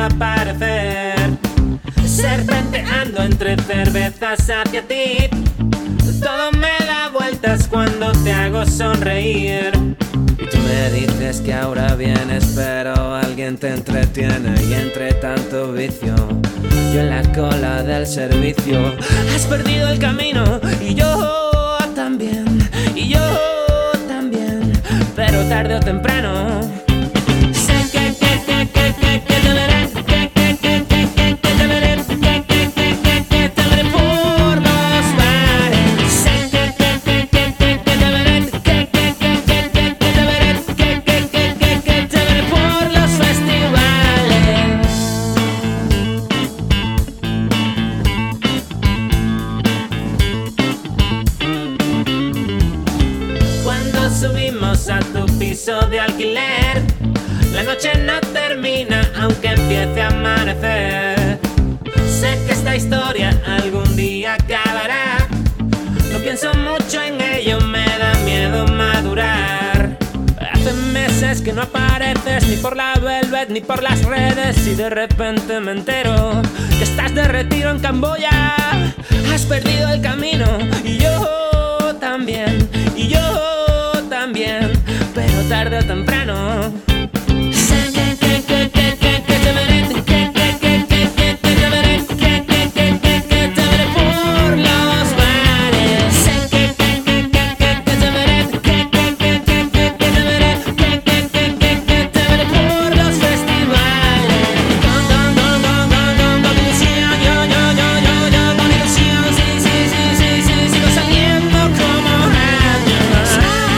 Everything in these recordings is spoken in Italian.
a parecer. Serpenteando entre cervezas hacia ti, todo me da vueltas cuando te hago sonreír. Y tú me dices que ahora vienes, pero alguien te entretiene. Y entre tanto vicio, yo en la cola del servicio. Has perdido el camino y yo también, y yo también. Pero tarde o temprano sé que te veré, te veré por los bares. Sé que te veré, te veré por los festivales. Cuando subimos a tu piso de alquiler, la noche no termina aunque empiece a amanecer. Sé que esta historia algún día acabará. No pienso mucho en ello, me da miedo madurar. Hace meses que no apareces ni por la Velvet ni por las redes. Y de repente me entero que estás de retiro en Camboya. Has perdido el camino y yo también, y yo también. Pero tarde o temprano sé que te veré, te veré, te veré por los bares. Sé que te veré, te veré, te veré por los festivales. Con ilusión, yo con ilusión, sí, sigo saliendo como años.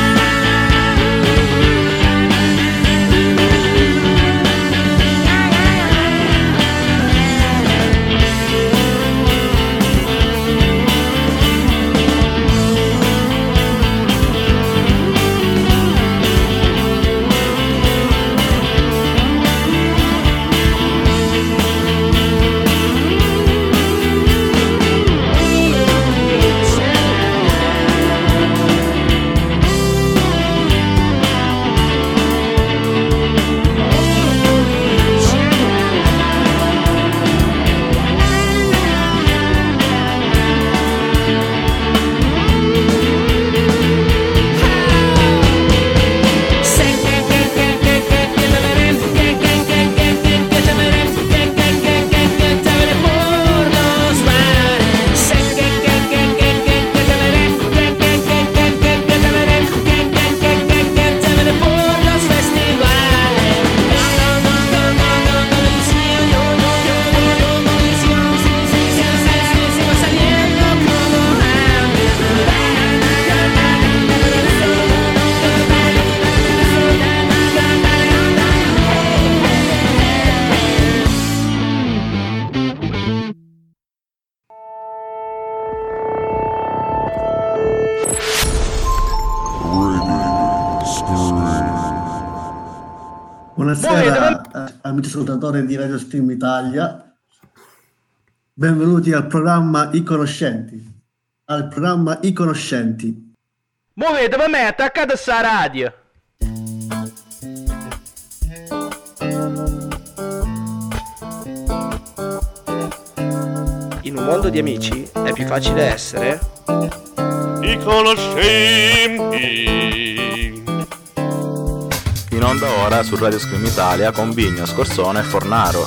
Buonasera amici ascoltatori di Radio Stream Italia, benvenuti al programma I Conoscenti. Muovete per me, attaccate sta radio. In un mondo di amici è più facile essere I Conoscenti. In onda ora su Radio Scream Italia con Vigno, Scorsone e Fornaro.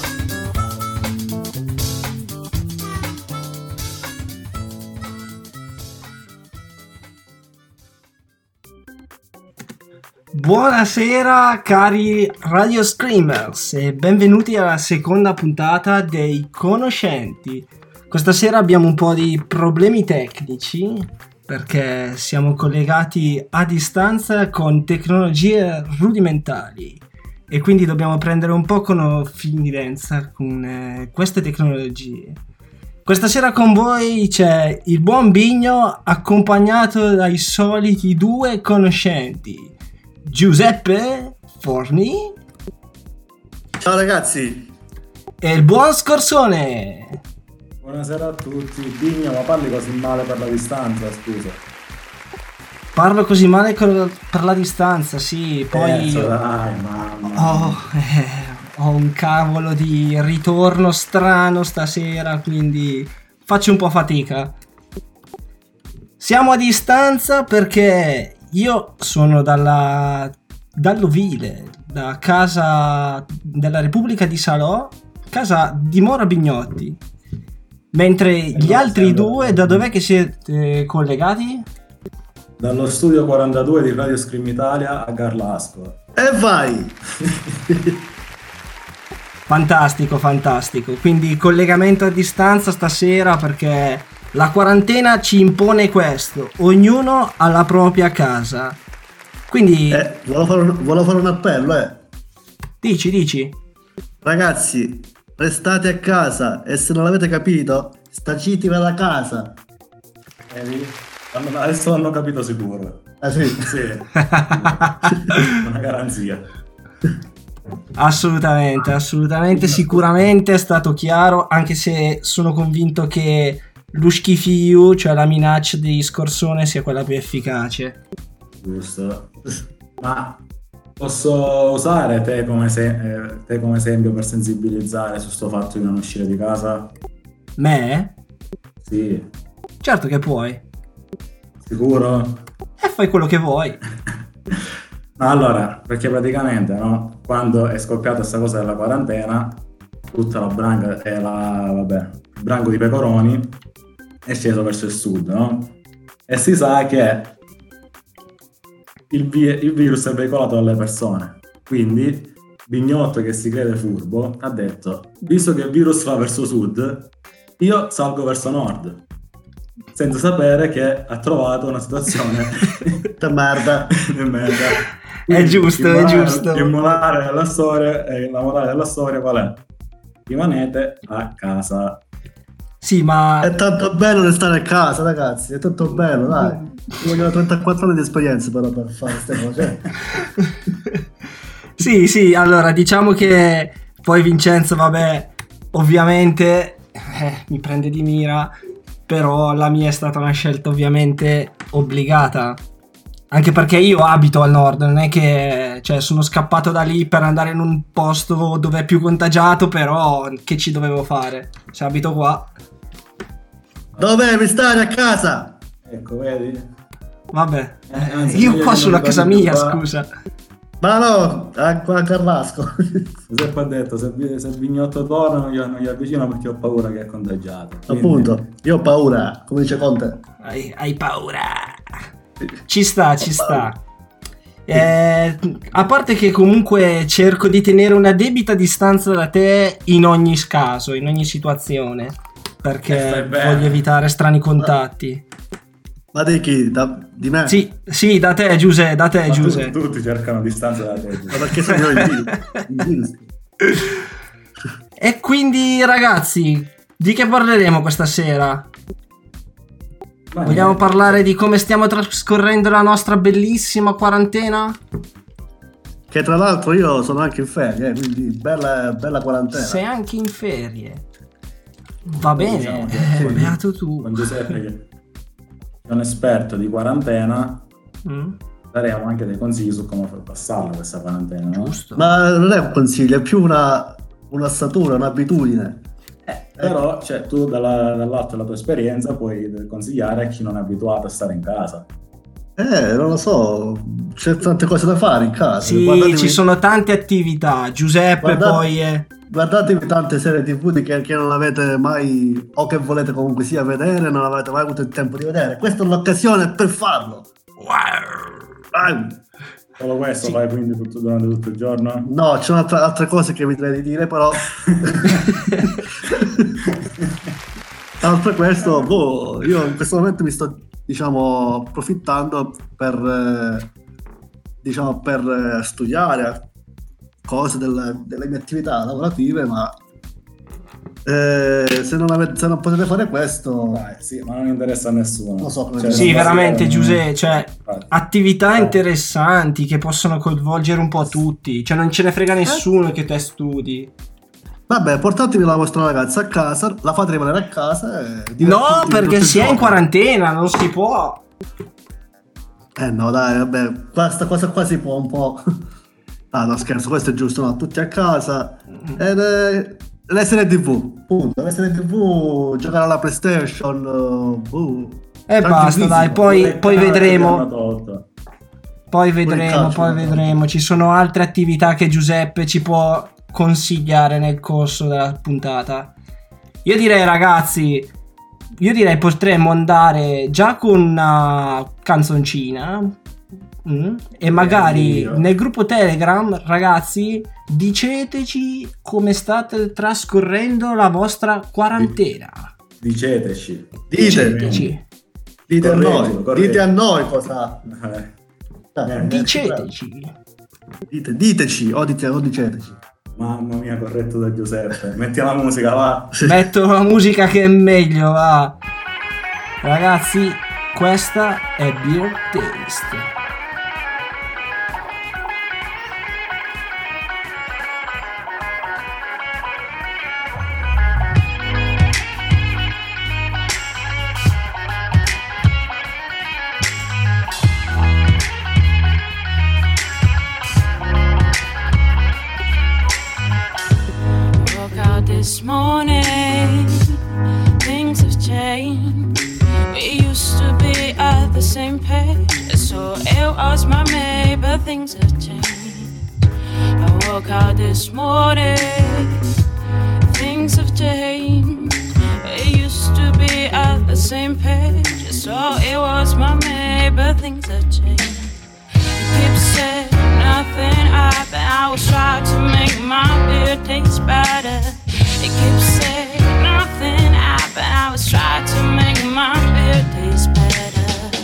Buonasera cari Radio Screamers e benvenuti alla seconda puntata dei Conoscenti. Questa sera abbiamo un po' di problemi tecnici perché siamo collegati a distanza con tecnologie rudimentali e quindi dobbiamo prendere un po' confidenza con queste tecnologie. Questa sera con voi c'è il buon Bigno accompagnato dai soliti due conoscenti, Giuseppe Forni. Ciao ragazzi. E il buon Scorsone. Buonasera a tutti. Bigno, ma parli così male per la distanza, scusa. Parlo così male per la distanza, sì, poi... Dai, mamma. ho un cavolo di ritorno strano stasera, quindi faccio un po' fatica. Siamo a distanza perché io sono dall'Ovile, da casa della Repubblica di Salò, casa di Mora Bignotti, mentre gli altri due da dov'è che siete collegati? Dallo studio 42 di Radio Scream Italia a Garlasco. E vai! Fantastico, fantastico. Quindi collegamento a distanza stasera perché la quarantena ci impone questo, ognuno alla propria casa. Quindi volevo fare un appello, Dici. Ragazzi, restate a casa e se non l'avete capito, stacitevi da casa. Adesso l'hanno capito sicuro. Ah sì? Sì. Una garanzia. Assolutamente, sicuramente è stato chiaro, anche se sono convinto che lo schifiu, cioè la minaccia di Scorsone, sia quella più efficace. Giusto. Ma posso usare te come esempio per sensibilizzare su sto fatto di non uscire di casa? Me? Sì. Certo che puoi. Sicuro? E fai quello che vuoi. Allora, perché praticamente, no, quando è scoppiata questa cosa della quarantena, tutta la branca e il branco di pecoroni è sceso verso il sud, no? E si sa che il virus è veicolato dalle persone. Quindi Bignotto, che si crede furbo, ha detto: visto che il virus va verso sud, io salgo verso nord, senza sapere che ha trovato una situazione Da merda. È giusto. La morale della storia qual è? Rimanete a casa. Sì, ma È tanto bello restare a casa, ragazzi, è tanto bello, dai. Ci vogliono 34 anni di esperienza però per fare queste cose. Sì, allora diciamo che poi Vincenzo, vabbè, ovviamente mi prende di mira, però la mia è stata una scelta ovviamente obbligata, anche perché io abito al nord, non è che sono scappato da lì per andare in un posto dove è più contagiato, però che ci dovevo fare? Se abito qua. Dovevi stare a casa! Ecco, vedi? Vabbè, Anzi, io qua che sono a non casa abito mia, qua. scusa. Ma no, a Carrasco. Giuseppe ha detto: se Bignotto torna non gli avvicino perché ho paura che è contagiato. Quindi, Appunto, io ho paura, come dice Conte. Hai paura. Ci sta. A parte che comunque cerco di tenere una debita distanza da te in ogni caso, in ogni situazione, perché voglio evitare strani contatti. Ma di chi? Di me? Sì, da te Giuseppe. Tutti cercano distanza da te. Ma perché sono io il virus? E quindi ragazzi, di che parleremo questa sera? Vogliamo parlare di come stiamo trascorrendo la nostra bellissima quarantena? Che tra l'altro io sono anche in ferie, quindi bella quarantena. Sei anche in ferie. Va bene, Diciamo che beato tu. Con Giuseppe, che è un esperto di quarantena, daremo anche dei consigli su come passarla questa quarantena, no? Giusto. Ma non è un consiglio, è più un'assatura, un'abitudine. Però tu dall'atto della tua esperienza puoi consigliare a chi non è abituato a stare in casa. Non lo so, c'è tante cose da fare in casa. Sì, ci sono tante attività. Giuseppe Guardatevi tante serie TV che non avete mai, o che volete comunque sia vedere, non avete mai avuto il tempo di vedere. Questa è l'occasione per farlo. Solo questo fai quindi durante tutto il giorno? No, ci sono altre cose che vi direi di dire, però oltre a questo, io in questo momento mi sto approfittando per studiare cose delle mie attività lavorative, ma se non potete fare questo, sì, ma non interessa a nessuno. Non so come sì, veramente Giuseppe, attività interessanti che possono coinvolgere un po' tutti, non ce ne frega nessuno che te studi. Vabbè, portatevi la vostra ragazza a casa, la fate rimanere a casa e no, perché si è in quarantena, non si può. No, dai, vabbè, questa cosa qua si può un po'. Ah, no, scherzo, questo è giusto, no? Tutti a casa. Le serie TV, punto. Le serie TV, giocare alla PlayStation. E basta, dai, poi vedremo. Poi calcio, vedremo. Ci sono altre attività che Giuseppe ci può consigliare nel corso della puntata. Io direi, ragazzi, potremmo andare già con una canzoncina. E magari nel gruppo Telegram, ragazzi, diceteci come state trascorrendo la vostra quarantena. Diceteci. Dite a noi cosa. Diceteci. Diteci o diceteci. Mamma mia, corretto da Giuseppe. Metti la musica, va. Metto la musica che è meglio, va. Ragazzi, questa è Beer Taste. This morning, things have changed. We used to be at the same page, so it was my May, but things have changed. I woke out this morning, things have changed. We used to be at the same page, so it was my May, but things have changed. You keep saying nothing happened. I was trying to make my beer taste better. It keeps saying nothing happened. I was trying to make my beer taste better.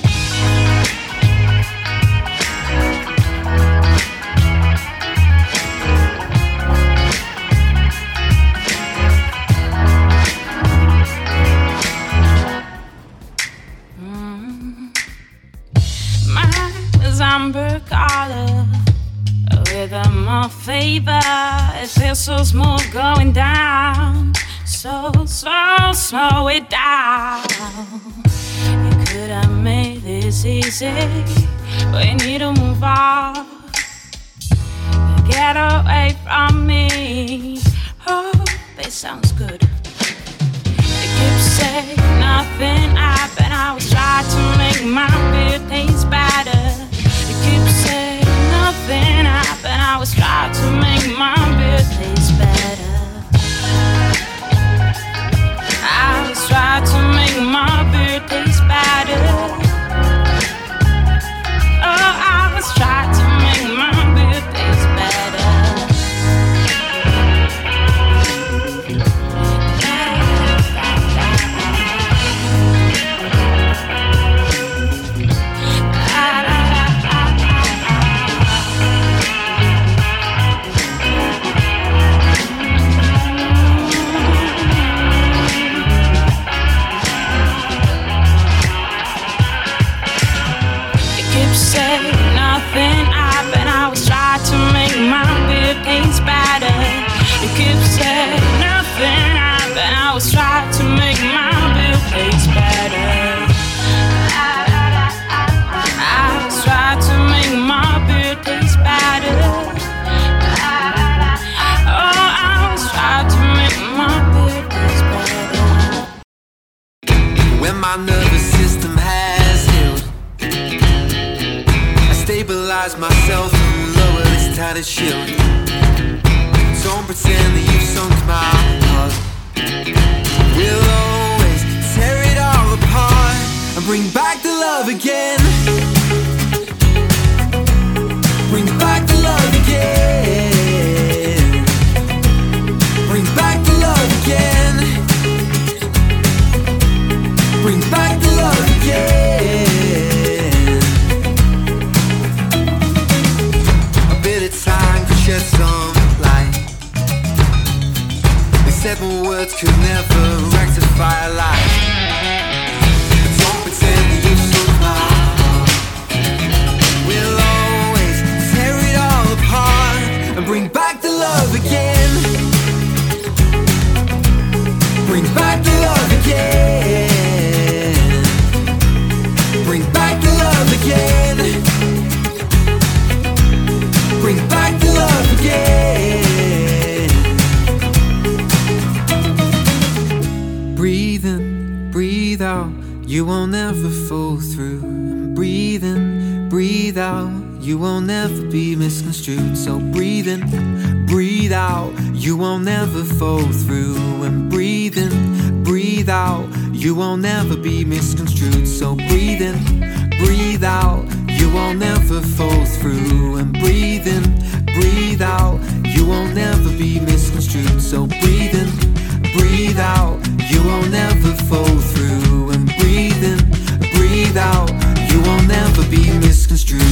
Mine was amber color with a more favor. It feels so smooth going down, so slow it down. You could have made this easy, but you need to move on. Get away from me. Oh, this sounds good. You keep saying nothing happened. I was trying to make my beer taste better. You keep saying nothing happened. I was trying to make my beer taste better. I was trying to make my beer taste better. Oh, I was trying to make my beer taste better. Nothing happened. I was trying to make my beer taste better. You keep saying nothing happened. I was trying to make my beer taste better. I was trying to make my beer taste better. Oh, I was trying to make my beer taste better. When my nervous system has healed, stabilize myself and lower this tattered shield. Don't pretend that you've sunk my heart. We'll always tear it all apart and bring back the love again. Bring back the love again. Bring back the love again. Bring back the love again. Time could shed some light. They said my words could never rectify breathe in, breathe out, you won't ever fall through. And breathe in, breathe out, you won't ever be misconstrued. So breathe in, breathe out, you won't ever fall through. And breathe in, breathe out, you won't ever be misconstrued. So breathe in, breathe out, you won't ever fall through. And breathe in, breathe out, you won't ever be misconstrued. So breathe in, breathe out, you won't ever fall through. And breathe in, breathe out, you won't ever be misconstrued.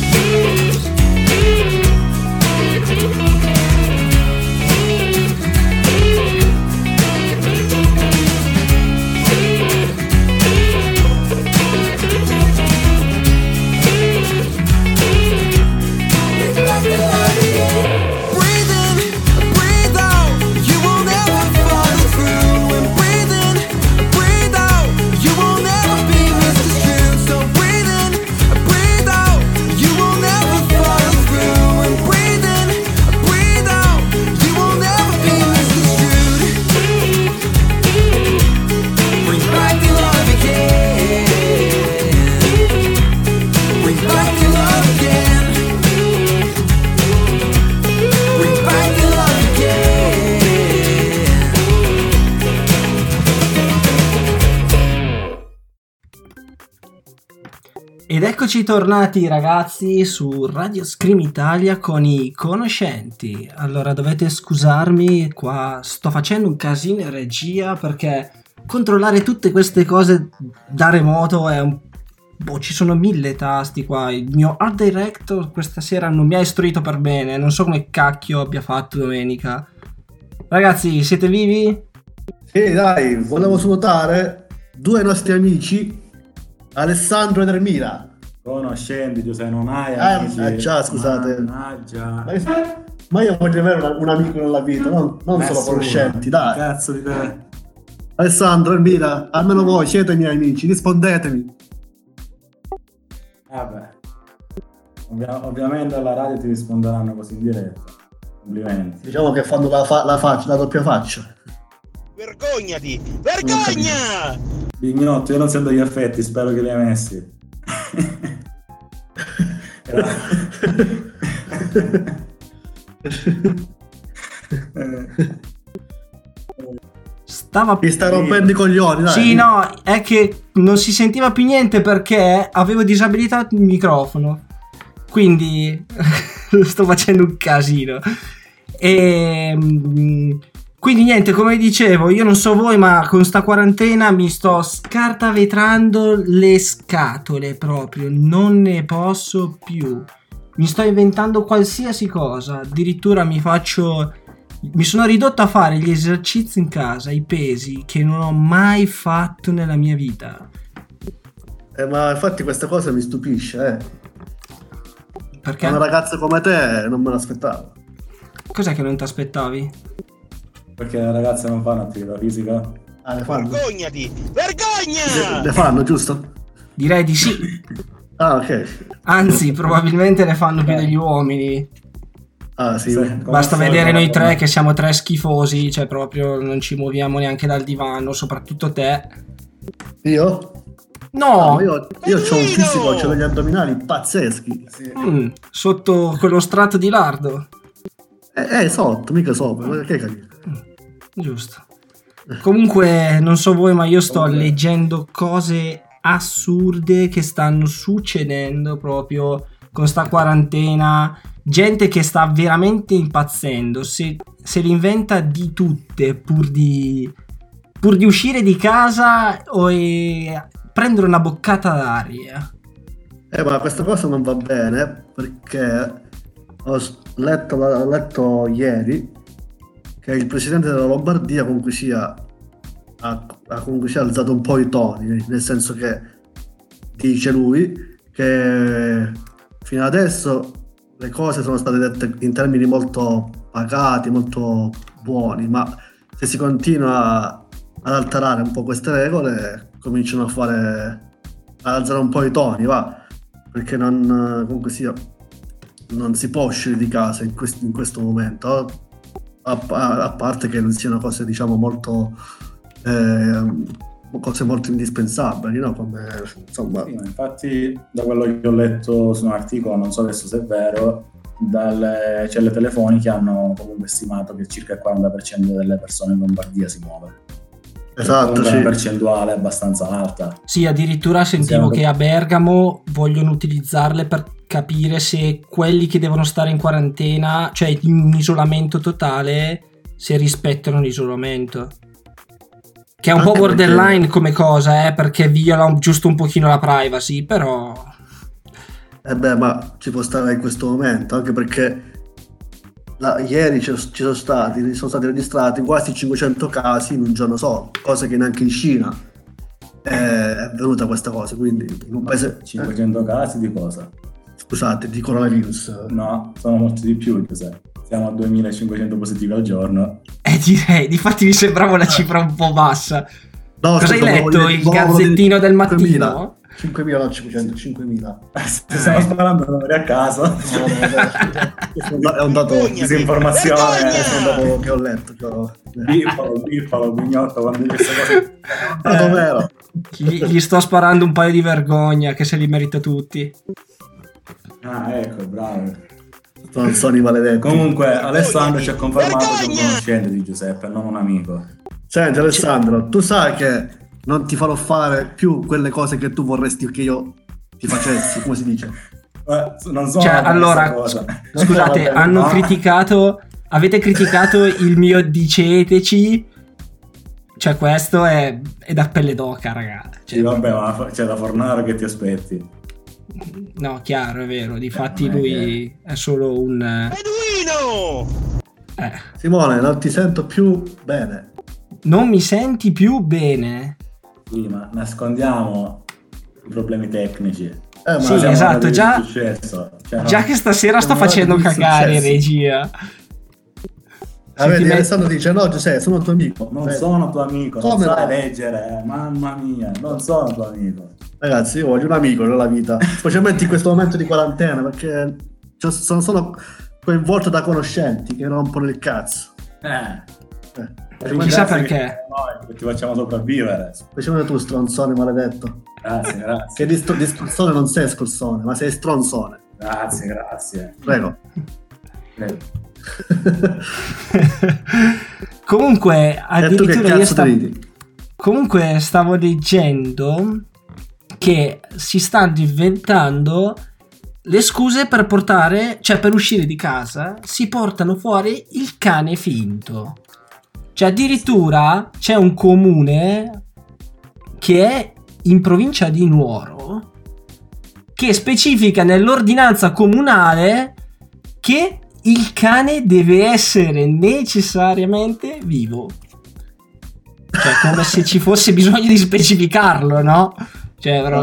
Ed eccoci tornati ragazzi su Radio Scream Italia con i conoscenti. Allora dovete scusarmi, qua sto facendo un casino in regia perché controllare tutte queste cose da remoto è un... ci sono 1000 tasti qua. Il mio art director questa sera non mi ha istruito per bene, non so come cacchio abbia fatto domenica. Ragazzi, siete vivi? Sì, dai, volevo salutare due nostri amici, Alessandro ed Ermira. Conoscenti, Giuseppe, non hai amici. Già, scusate. Mannaggia. Ma io voglio avere un amico nella vita, non solo conoscenti, dai. Cazzo di te. Alessandro, Ermira, almeno voi siete i miei amici, rispondetemi. Vabbè. Ovviamente alla radio ti risponderanno così in diretta. Complimenti. Diciamo che fanno la doppia faccia. Vergognati! Vergogna! Bignotto, io non sento gli affetti, spero che li hai messi. Mi sta rompendo i coglioni, dai. Sì, no, è che non si sentiva più niente perché avevo disabilitato il microfono. Quindi sto facendo un casino. Quindi niente, come dicevo, io non so voi, ma con sta quarantena mi sto scartavetrando le scatole proprio, non ne posso più. Mi sto inventando qualsiasi cosa, addirittura mi sono ridotto a fare gli esercizi in casa, i pesi, che non ho mai fatto nella mia vita. Ma infatti questa cosa mi stupisce, Perché? Una ragazza come te non me l'aspettavo. Cos'è che non ti aspettavi? Perché le ragazze non fanno attività fisica? Le fanno. Vergognati! Vergogna! Le fanno, giusto? Direi di sì. Ah, ok. Anzi, probabilmente le fanno più degli uomini. Ah, sì. Basta vedere noi tre che siamo tre schifosi, cioè proprio non ci muoviamo neanche dal divano, soprattutto te. Io? No! Io ho un fisico, ho degli addominali pazzeschi. Sì. Sotto quello strato di lardo. Sotto, mica sopra, perché capito? Giusto. Comunque, non so voi, ma io sto leggendo cose assurde che stanno succedendo proprio con sta quarantena. Gente che sta veramente impazzendo, se li inventa di tutte pur di uscire di casa e prendere una boccata d'aria. Ma questa cosa non va bene, perché ho letto ieri che il presidente della Lombardia comunque sia ha alzato un po' i toni, nel senso che dice lui che fino adesso le cose sono state dette in termini molto pacati, molto buoni, ma se si continua ad alterare un po' queste regole cominciano a alzare un po' i toni, perché comunque sia non si può uscire di casa in questo momento, a parte che non siano cose, diciamo, molto cose molto indispensabili, no? Come, insomma... Sì, infatti da quello che ho letto su un articolo, non so adesso se è vero, dalle celle telefoniche hanno comunque stimato che circa il 40% delle persone in Lombardia si muove. Esatto, sì. Una percentuale abbastanza alta. Sì, addirittura sentivo che a Bergamo vogliono utilizzarle per capire se quelli che devono stare in quarantena, cioè in isolamento totale, se rispettano l'isolamento. Che è un po' borderline come cosa, perché viola giusto un pochino la privacy, però... ma ci può stare in questo momento, anche perché ieri sono stati registrati quasi 500 casi in un giorno solo, cosa che neanche in Cina è venuta questa cosa, quindi in un paese... 500 casi di cosa? Scusate, di coronavirus. No, sono molti di più, siamo a 2500 positivi al giorno. Direi, difatti mi sembrava una cifra un po' bassa. No, cosa hai letto? Il Gazzettino del Mattino? 5.000, no, 500, 5.000. Stiamo sparando numeri a caso. È un dato di disinformazione. È un dato che ho letto. Biffalo, Bignotto, quando dice queste cose. È dato vero. Gli sto sparando un paio di vergogna, che se li merita tutti. Ah, ecco, bravo. Non sono i maledetti. Comunque, Alessandro ci ha confermato che è un conoscente di Giuseppe, non un amico. Senti, Alessandro, tu sai che non ti farò fare più quelle cose che tu vorresti che io ti facessi, come si dice? Non so. Cioè, allora, scusate, avete criticato il mio diceteci. Cioè, questo è da pelle d'oca, raga. Sì, vabbè, ma c'è da Fornaro che ti aspetti. No, chiaro, è vero. Difatti lui è solo un... Beduino! Simone, non ti sento più bene. Non mi senti più bene? Sì, ma nascondiamo i problemi tecnici. Sì, esatto, già che stasera sto facendo cagare, regia. Vedi, Alessandro dice: no, Giuseppe, sono tuo amico. Non sono tuo amico, non sai leggere, mamma mia, non sono tuo amico. Ragazzi, io voglio un amico nella vita, specialmente in questo momento di quarantena, perché sono coinvolto da conoscenti che rompono il cazzo. Chissà perché. Noi ti facciamo sopravvivere. Specialmente tu, stronzone maledetto. Grazie. Che di scorsone non sei scorsone, ma sei stronzone. Grazie. Prego. Comunque, addirittura comunque stavo leggendo che si stanno inventando le scuse per per uscire di casa, si portano fuori il cane finto. Cioè, addirittura c'è un comune che è in provincia di Nuoro che specifica nell'ordinanza comunale che il cane deve essere necessariamente vivo. Cioè, come se ci fosse bisogno di specificarlo, no? Cioè, però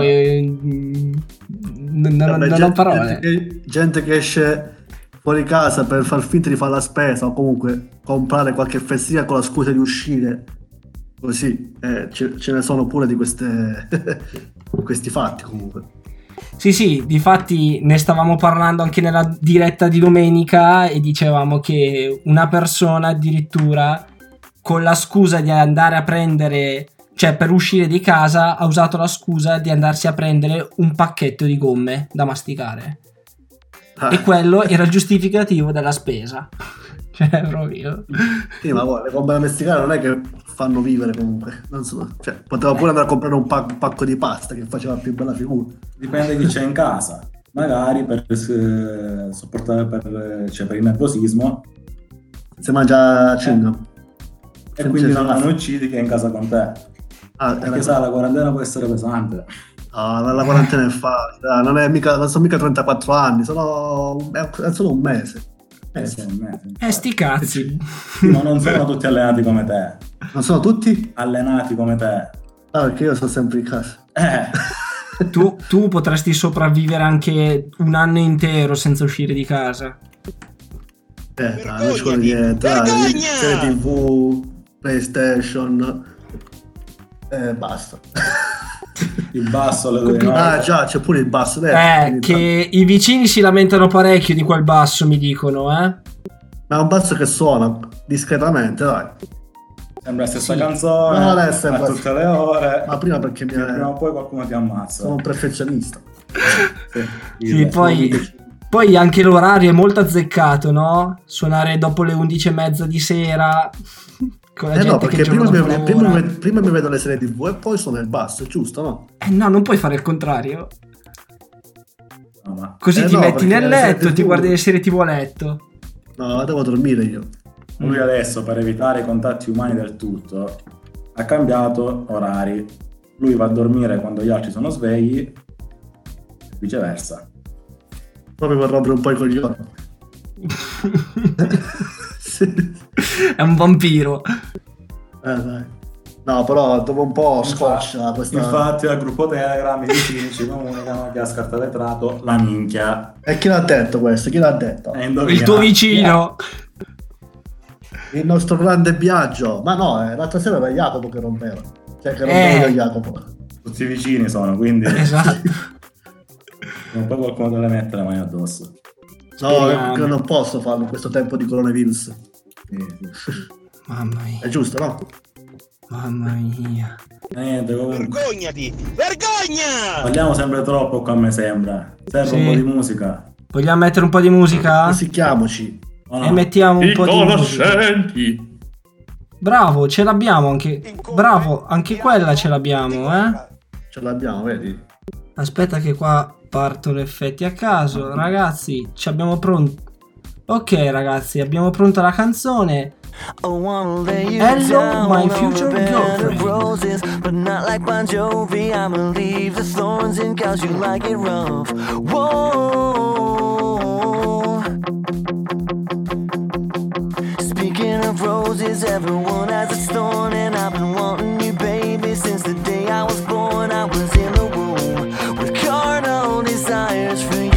non ho parole. Gente che esce fuori casa per far finta di fare la spesa o comunque comprare qualche festina con la scusa di uscire così, ce ne sono pure di questi fatti comunque. Sì, difatti ne stavamo parlando anche nella diretta di domenica e dicevamo che una persona addirittura con la scusa di andare a prendere, cioè per uscire di casa ha usato la scusa di andarsi a prendere un pacchetto di gomme da masticare. E quello era il giustificativo della spesa. Cioè, proprio. Sì, ma le gomme da masticare non è che fanno vivere comunque. Non so, cioè, poteva pure andare a comprare un pacco di pasta che faceva più bella figura. Dipende chi c'è in casa. Magari per sopportare per il nervosismo si mangia cinghiale. E quindi non uccidi che è in casa con te. Perché sai, la quarantena può essere pesante. No, la quarantena è facile, non sono mica 34 anni, è solo un mese. Sti cazzi. Sì, ma non sono tutti allenati come te. Non sono tutti? Allenati come te. Ah, perché io sono sempre in casa. Tu potresti sopravvivere anche un anno intero senza uscire di casa. Non ci vuole niente. Serie TV, PlayStation, basta. Il basso alle 2 già, c'è pure il basso. Che i vicini si lamentano parecchio di quel basso, mi dicono, Ma è un basso che suona discretamente, dai. Sembra la stessa Sì. canzone No, a sembra- tutte le ore. Ma prima perché Prima o poi qualcuno ti ammazza. sono un perfezionista. Sì, poi anche l'orario è molto azzeccato, no? Suonare dopo le 11:30 di sera con la gente No, che perché gioca dopo lavora. prima mi vedo le serie TV e poi sono il basso, giusto, no? No, non puoi fare il contrario. No, ma Così ti no, metti perché nel le serie letto e ti TV guardi le serie TV a letto. No, devo dormire io. lui adesso, per evitare i contatti umani del tutto, ha cambiato orari. Lui va a dormire quando gli altri sono svegli e viceversa. Proprio per rompere un po' i coglioni. Sì. È un vampiro. Dai. No, però dopo un po' scoccia questa... Infatti al gruppo Telegram i vicini ci comunicano che ha scartavetrato la minchia. E chi l'ha detto questo? Chi l'ha detto? Indovina. Il tuo vicino. Il nostro grande Biagio. Ma no, l'altra sera era Jacopo che rompeva. Cioè che rompeva io Jacopo. Tutti vicini sono, quindi Esatto. non poi qualcuno deve mettere le mani addosso. No, Speriamo. che non posso farlo in questo tempo di coronavirus. Mamma mia. È giusto, no? Mamma mia. Niente, comunque. Vergognati! Vergogna! Parliamo sempre troppo qua, me sembra. Serve Sì. un po' di musica. Vogliamo mettere un po' di musica? Rosicchiamoci. O no? E mettiamo un po' di musica. Conoscenti. Bravo, ce l'abbiamo anche. Bravo, anche quella ce l'abbiamo, eh? Ce l'abbiamo, vedi? Aspetta che qua partono effetti a caso. Ragazzi, ci abbiamo pronto. Ok, ragazzi, abbiamo pronta la canzone. Hello, my future girlfriend. Roses, but not like Bon Jovi. I'ma leave the thorns in cause you like it rough. Whoa. Speaking of roses, everyone has its thorn, and I've been wanting you, baby, since the day I was born. I was in the womb with carnal desires for you.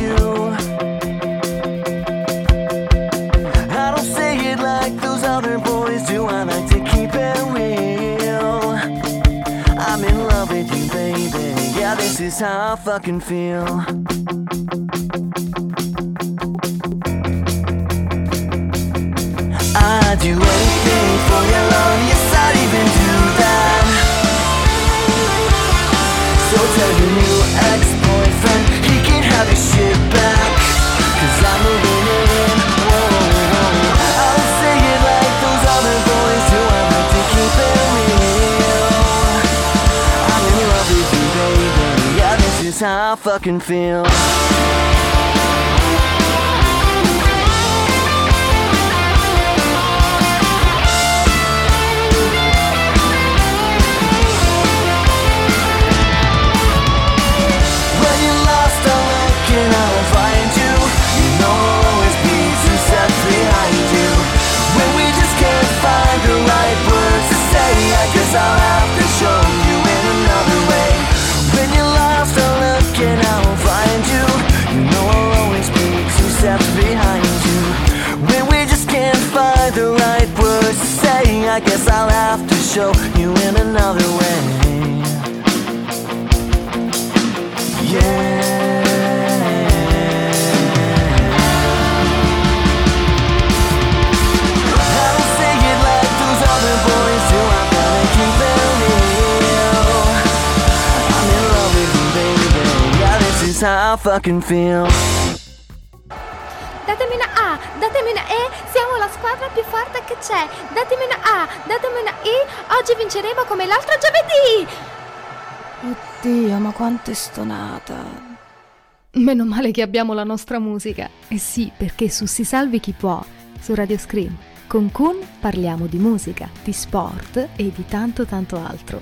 I don't say it like those other boys do. I like to keep it real. I'm in love with you, baby. Yeah, this is how I fucking feel. I'd do anything for your love. Yes, I'd even do that. So tell your new ex-boyfriend he can have his shit back, 'cause I'm moving in. Whoa. I'll say it like those other boys do. I like to keep it real. I'm in love with you, baby. Yeah, this is how I fucking feel. When you're lost, I'll look and I'll find you. You know I'll always be 2 steps behind you. When we just can't find the right words to say, I guess I'll have to show you in another way. When you're lost, I'll look and I'll find you. You know I'll always be 2 steps behind you. When we just can't find the right words to say, I guess I'll have to show you in another way. Yeah. I don't say it like those other boys do. I'm gonna keep it real. I'm in love with you, baby. Yeah, this is how I fucking feel. Datemi una A, datemi una E, siamo la squadra più forte che c'è. Datemi una A, datemi una I, oggi vinceremo come l'altro giovedì. Oddio, ma quanto è stonata. Meno male che abbiamo la nostra musica. Eh sì, perché su Si Salvi Chi Può, su Radio Scream, con Kun parliamo di musica, di sport e di tanto tanto altro.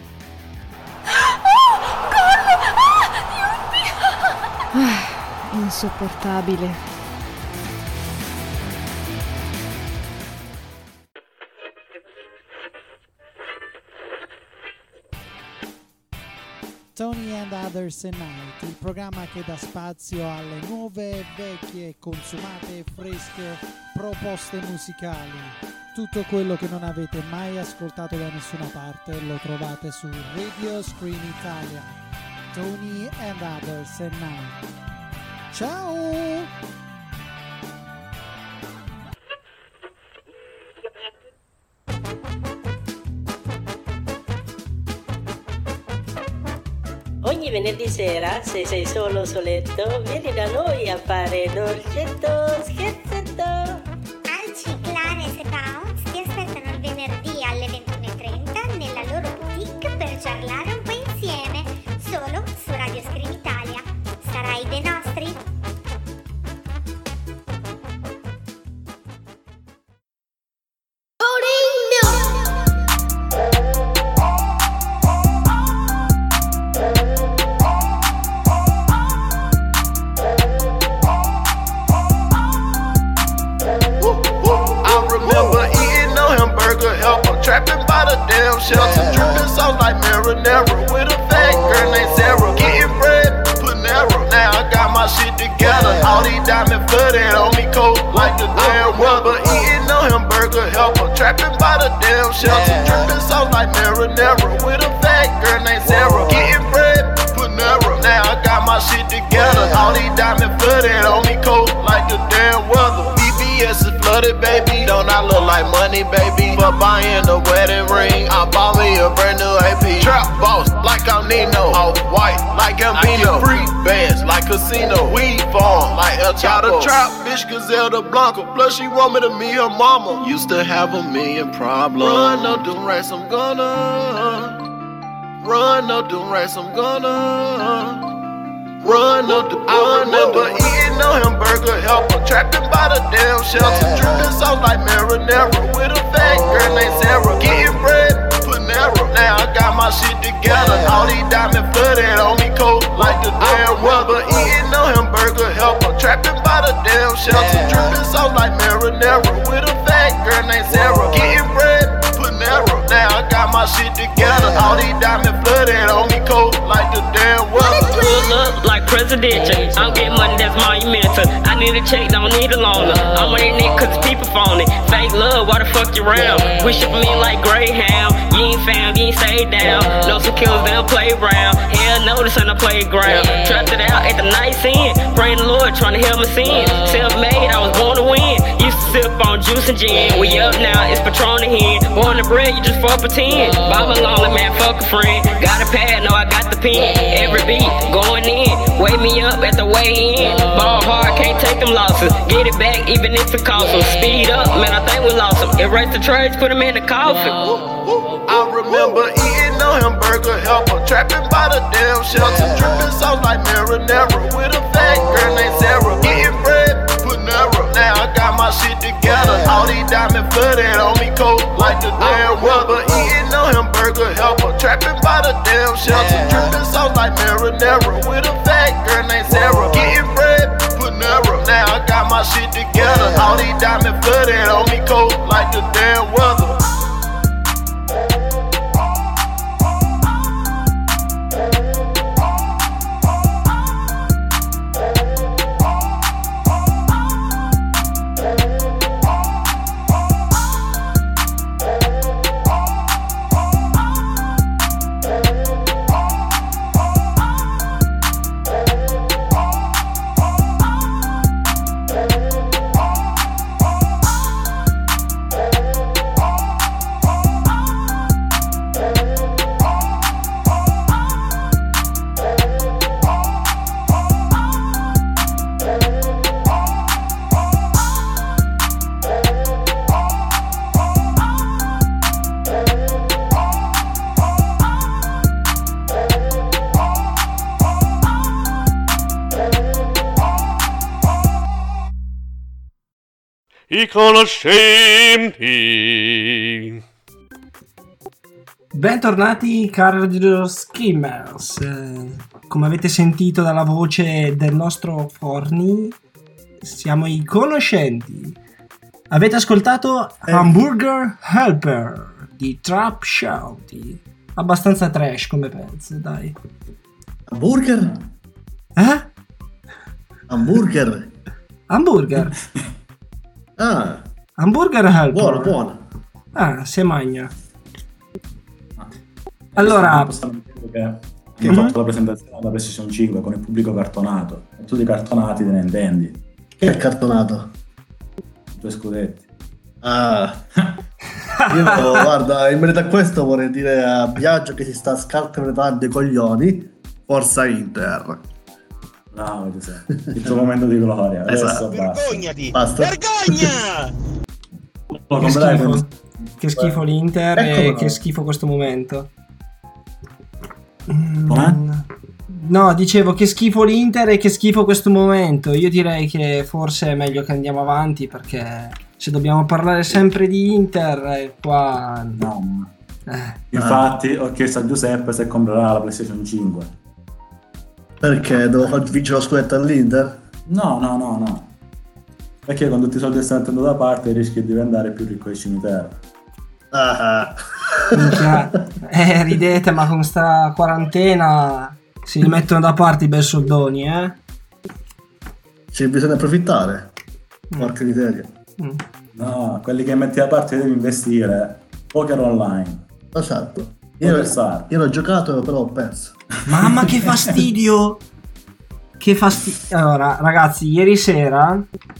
Insopportabile. Tony and Others at Night, il programma che dà spazio alle nuove, vecchie, consumate e fresche proposte musicali. Tutto quello che non avete mai ascoltato da nessuna parte lo trovate su Radio Scream Italia. Tony and Others at Night. Ciao! Ogni venerdì sera, se sei solo o soletto, vieni da noi a fare dolcetto, scherzetto. Alci, Clarence e Bounce ti aspettano il venerdì alle 21:30 nella loro boutique per ciarlare un po' insieme, solo su Radio Scream Italia. Sarai dei nostri? Trapping by the damn shelter, dripping sauce like marinara with a fat girl named Sarah. Getting bread, putting arrow. Now I got my shit together. All these diamonds flooded on me cold like the damn weather. Eating no hamburger helper, trapping by the damn shelter, dripping sauce like marinara with a fat girl named Sarah. Getting bread, putting arrow. Now I got my shit together. All these diamonds flooded on me cold like the damn weather. BBS is flooded, baby. Don't I look like money, baby? For buying the wedding ring, I bought me a brand new AP. Trap boss like I'm Nino, all white like Gambino. Free bands like Casino, weed farm like El Chapo. Trap bitch Gazelle Blanca, plus she want me to meet her mama. Used to have a million problems. Run up them racks, I'm gonna run up them racks, I'm gonna run up the I remember eating no hamburger helper, trapping by the damn shelter, dripping sauce like marinara with a fat girl named Sarah. Getting bread, putting arrow. Now I got my shit together. All these diamonds flooded on me cold like the damn weather. Eating no hamburger helper, trapping by the damn shelter, dripping sauce like marinara with a fat girl named Sarah. Getting bread, putting arrow. Now I got my shit together. All these diamonds flooded on me cold like the damn weather. Pull up like presidential. I'm getting money that's monumental. I need a check, don't need a loaner. I'm wearing it cause people phony. Fake love, why the fuck you round? We shipping me like Greyhound. You ain't found, you ain't stayed down. Know some killers, they'll play around. Hell no, this ain't a playground. Trapped it out at the night's end. Praying the Lord, trying to help me sin. Self-made, I was born to win. Used to sip on juice and gin. We up now, it's Patron here. Born to bread, you just fuck pretend. Bobby lonely, man, fuck a friend. Got a pad, no, I got the pen. Every beat, going in. Wake me up at the way in. Ball hard, can't take them losses. Get it back, even if it costs them. Speed up, man, I think we lost them. Erase the trades, put them in the coffin. I remember eating no hamburger helper, trapping by the damn shelter, dripping sauce like marinara with a fat girl named Sarah. Getting bread, putting arrow. Now I got my shit together. All these diamonds flooded on me cold like the damn weather. Eating no hamburger helper, trapping by the damn shelter, dripping sauce like marinara with a fat girl named Sarah. Getting bread, putting arrow. Now I got my shit together. All these diamonds flooded on me cold like the damn weather. I conoscenti. Bentornati cari Radio Screamers. Come avete sentito dalla voce del nostro Forni, siamo i conoscenti. Avete ascoltato Hamburger Helper di Trap Shouty. Abbastanza trash come pezzo, dai. Hamburger? Hamburger? Hamburger? Ah, Hamburger Helper. Buono. Ah, se magna. Allora, che hai fatto la presentazione alla PlayStation 5 con il pubblico cartonato e tu di cartonati te ne intendi. Che è cartonato? I tuoi scudetti. Ah. Io guarda, in merito a questo vorrei dire a Biagio che si sta scartando i coglioni Forza Inter. Bravo Giuseppe, il tuo momento di gloria. Adesso Esatto. Vergognati! Basta. Vergogna! Che schifo, che schifo l'Inter e Eccolo. che schifo questo momento. Com'è? No, dicevo che schifo l'Inter e che schifo questo momento. Io direi che forse è meglio che andiamo avanti, perché se dobbiamo parlare sempre di Inter, qua... No. Infatti ho chiesto a Giuseppe se comprerà la PlayStation 5. Perché devo far vincere lo scudetto all'Inter? No. Perché con tutti i soldi che stai mettendo da parte rischi di diventare più ricco del cimitero. Minchia. Ridete, ma con sta quarantena si mettono da parte i bei soldoni, Sì, bisogna approfittare. Porca miseria. No, quelli che metti da parte devi investire. Poker online. Esatto. Io Io l'ho giocato, però ho perso. Mamma che fastidio! Che fastidio! Allora, ragazzi, ieri sera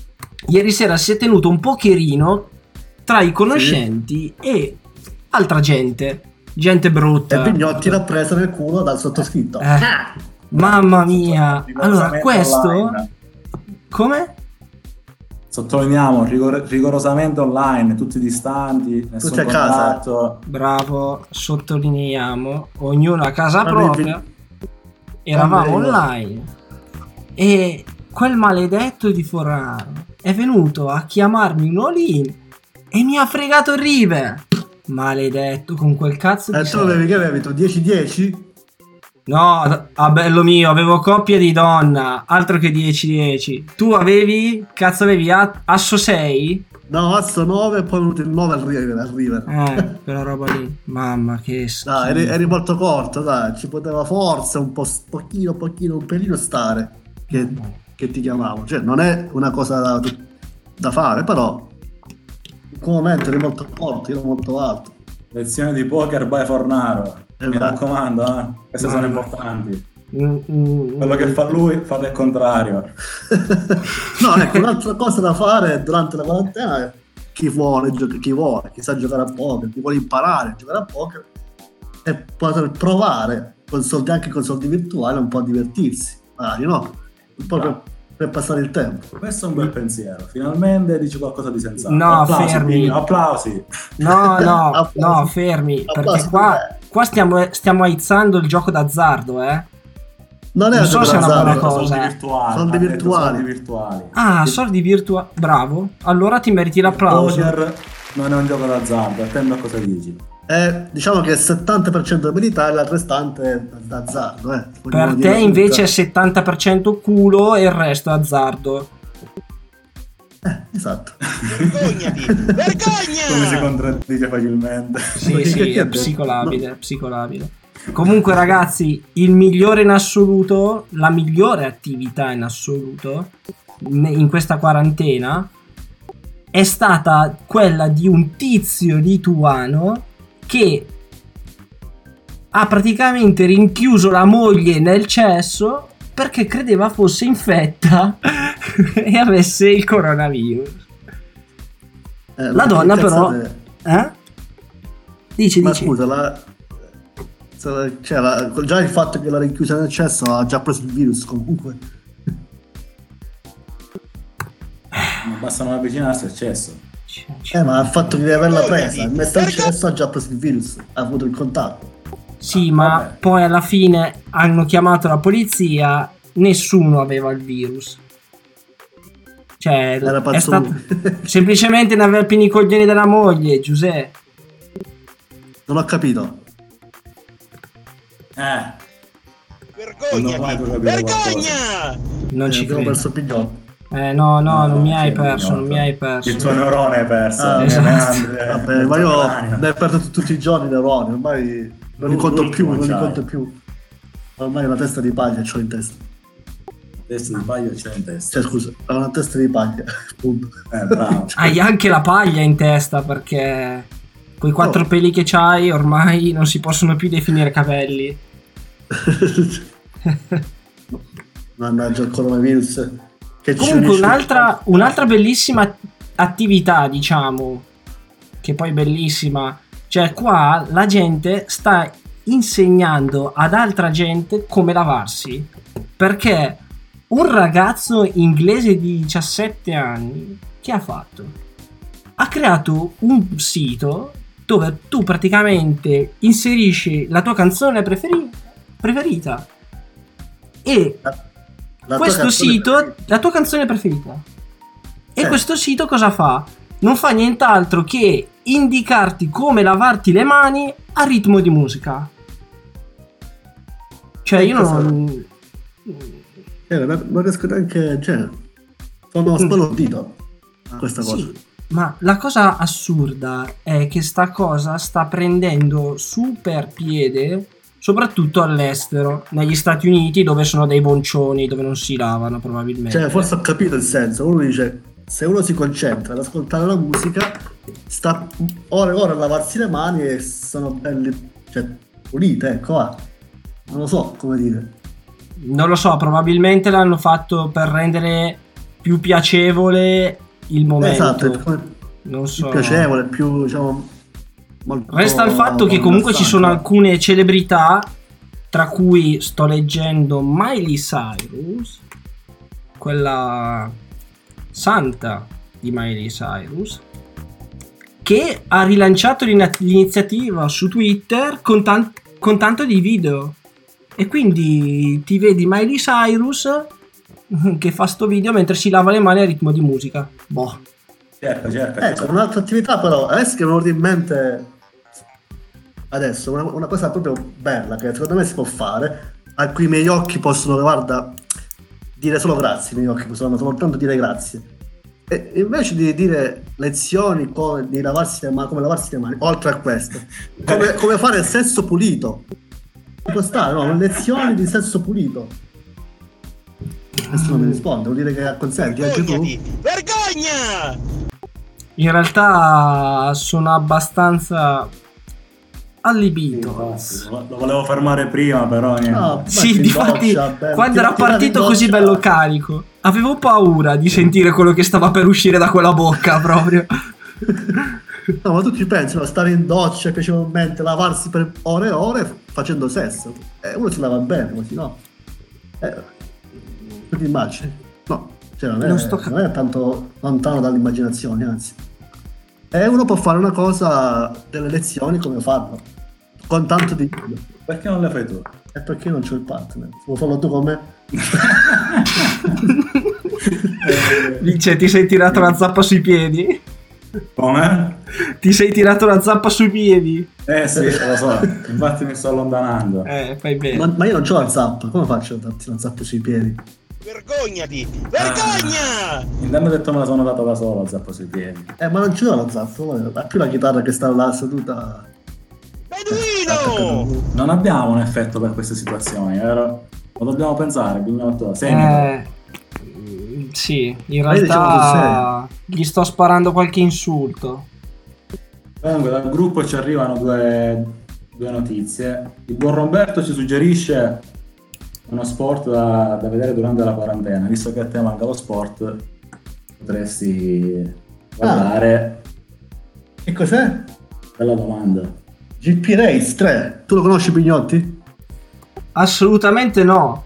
si è tenuto un pokerino tra i conoscenti e altra gente brutta. E Pignotti l'ha presa nel culo dal sottoscritto. Mamma mia! Allora, Rigorosamente questo... online. Come? Sottolineiamo, rigorosamente online, tutti distanti, nessun Tutti a casa. contatto. Bravo, sottolineiamo, ognuno a casa Ma propria. Eravamo Vabbè, online e quel maledetto di Forraro è venuto a chiamarmi un all-in e mi ha fregato il River. Maledetto, con quel cazzo di tu avevi che avevi tu 10-10? No, a bello mio, avevo coppia di donna, altro che 10-10. Tu avevi, cazzo avevi asso 6? No, asso 9 e poi è venuto il 9 al River. Quella roba lì. Mamma che schifo. Dai, eri molto corto, dai, ci poteva forse un po' un pelino stare che ti chiamavo. Cioè, non è una cosa da fare, però in quel momento eri molto corto, io ero molto alto. Lezione di poker by Fornaro. Mi raccomando, queste sono importanti. Quello che fa lui, fate il contrario. No, ecco, un'altra cosa da fare durante la quarantena è chi sa giocare a poker, chi vuole imparare a giocare a poker e poter provare anche con soldi virtuali un po' a divertirsi, magari, no? Un po' per passare il tempo. Questo è un bel pensiero. Finalmente dici qualcosa di sensato. No, applausi, fermi. Pino, applausi. No, fermi. Perché qua stiamo aizzando il gioco d'azzardo, Non è non so se è una buona cosa. Soldi virtuali. Soldi virtuali. Bravo. Allora ti meriti l'applauso. Poker non è un gioco d'azzardo. Attendo a cosa dici. Diciamo che il 70% per l'Italia, il restante è d'azzardo. Per te invece è 70% culo e il resto è azzardo. Esatto. Vergognati! Vergogna! Come si contraddice facilmente. Sì, è psicolabile. Comunque ragazzi, il migliore in assoluto, la migliore attività in assoluto in questa quarantena è stata quella di un tizio lituano che ha praticamente rinchiuso la moglie nel cesso perché credeva fosse infetta e avesse il coronavirus. La donna però... Dici. Scusa, già il fatto che l'ha rinchiusa nel cesso ha già preso il virus comunque. Non basta non avvicinarsi al cesso. Ma il fatto di averla presa, messa al cesso, ha già preso il virus, ha avuto il contatto. Sì, ma poi alla fine hanno chiamato la polizia, nessuno aveva il virus. Cioè, è stato semplicemente ne aveva pieni i coglioni della moglie, Giuseppe. Non ho capito. Vergognati! Vergogna! Non ci abbiamo credo. perso Pignotto. No, non mi hai perso, non mi hai perso. Il tuo neurone è perso. Esatto. Vabbè, ma io ne ho perso tutti i giorni i neuroni, ormai non li conto più. Ormai una testa di paglia c'ho in testa. Testa di paglia c'è in testa. Cioè, scusa, ho una testa di paglia. Punto. Bravo. Hai anche la paglia in testa, perché quei 4 peli che c'hai ormai non si possono più definire capelli. Mannaggia il coronavirus. Che comunque un'altra bellissima attività, diciamo, che poi bellissima, cioè qua la gente sta insegnando ad altra gente come lavarsi, perché un ragazzo inglese di 17 anni che ha fatto? Ha creato un sito dove tu praticamente inserisci la tua canzone preferita e questo sito, la tua canzone preferita, e questo sito cosa fa? Non fa nient'altro che indicarti come lavarti le mani a ritmo di musica. Cioè io non riesco neanche, cioè, sono sbalordito a questa cosa. Sì, ma la cosa assurda è che sta cosa sta prendendo super piede soprattutto all'estero, negli Stati Uniti, dove sono dei boncioni, dove non si lavano probabilmente. Cioè, forse ho capito il senso. Uno dice, se uno si concentra ad ascoltare la musica, sta ore e ore a lavarsi le mani e sono belle, cioè, pulite, ecco, va. Non lo so come dire. Non lo so, probabilmente l'hanno fatto per rendere più piacevole il momento. Esatto, non so. Più piacevole, più, diciamo, molto. Resta il fatto che comunque ci sono alcune celebrità, tra cui sto leggendo Miley Cyrus, quella santa di Miley Cyrus, che ha rilanciato l'iniziativa su Twitter con tanto di video. E quindi ti vedi Miley Cyrus che fa sto video mentre si lava le mani a ritmo di musica. Boh. Certo. Ecco, un'altra attività però, adesso che mi è venuta in mente adesso, una cosa proprio bella che secondo me si può fare, a cui i miei occhi possono, guarda, dire solo grazie, i miei occhi possono soltanto dire grazie. E invece di dire lezioni di lavarsi le mani, come lavarsi le mani, oltre a questo, come fare il sesso pulito. Può stare, no? Lezioni di sesso pulito. Nessuno mi risponde, vuol dire che acconsenti anche tu. Vergogna! In realtà sono abbastanza allibito. Lo volevo fermare prima, però niente. No, sì, difatti quando era partito così bello carico, avevo paura di sentire quello che stava per uscire da quella bocca proprio. No, ma tu ci pensi, no? Stare in doccia piacevolmente, lavarsi per ore e ore facendo sesso. Uno si lava bene, così, no? Tu ti immagini? No, cioè non è tanto lontano dall'immaginazione, anzi. E uno può fare una cosa, delle lezioni come farlo, con tanto di... Perché non le fai tu? È perché io non c'ho il partner. Vuoi farlo tu con me? Vince, ti sei tirato la zappa sui piedi? Come? Ti sei tirato la zappa sui piedi? Sì, lo so, infatti mi sto allontanando. Fai bene. Ma io non c'ho la zappa, come faccio a darti la zappa sui piedi? Vergognati! Vergogna! Mi hanno detto me la sono data da solo la zappa sui piedi. Ma non c'ho la zappa, ha più la chitarra che sta là seduta. Beduino! Non abbiamo un effetto per queste situazioni, vero? Lo dobbiamo pensare, Bignotto. Sì, in realtà gli sto sparando qualche insulto. Comunque dal gruppo ci arrivano due notizie. Il buon Roberto ci suggerisce uno sport da vedere durante la quarantena. Visto che a te manca lo sport, potresti guardare. Che cos'è? Bella domanda. GP Race 3, tu lo conosci, Pignotti? Assolutamente no.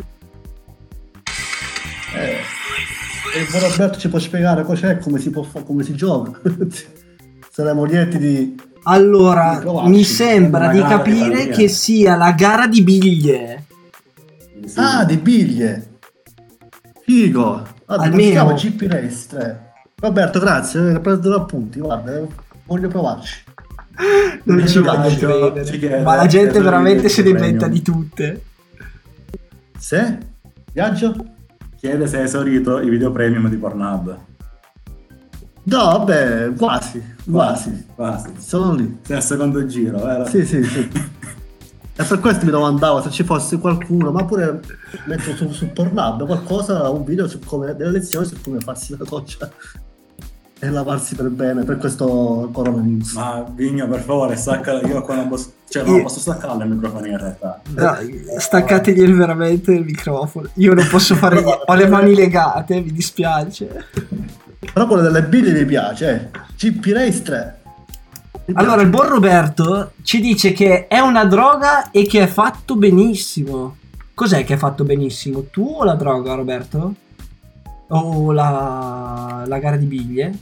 Il buon Roberto ci può spiegare cos'è, come si può fare, come si gioca. Saremo lieti di... Allora, mi sembra di capire che sia la gara di biglie. Sì. Ah, di biglie. Figo. Almeno si chiama GP Race 3. Roberto, grazie, hai preso due appunti, guarda, voglio provarci. Non ci voglio credere. Ma la gente veramente se ne inventa di tutte. Se? Viaggio? Chiede se è esaurito i video premium di Pornhub. No, vabbè, quasi. Sono lì. Sei al secondo giro, vero? Sì. E per questo mi domandavo se ci fosse qualcuno, ma pure metto su Pornhub qualcosa, un video su come, delle lezioni su come farsi la doccia e lavarsi per bene per questo coronavirus. Ma Vigno, per favore, staccala. Io qua non posso staccarlo il microfono in realtà. No, staccategli veramente il microfono. Io non posso fare. Ho le mani legate, mi dispiace. Però quello delle biglie mi piace, GP Race 3. Allora, il buon Roberto ci dice che è una droga e che è fatto benissimo. Cos'è che è fatto benissimo? Tu o la droga, Roberto? O la gara di biglie?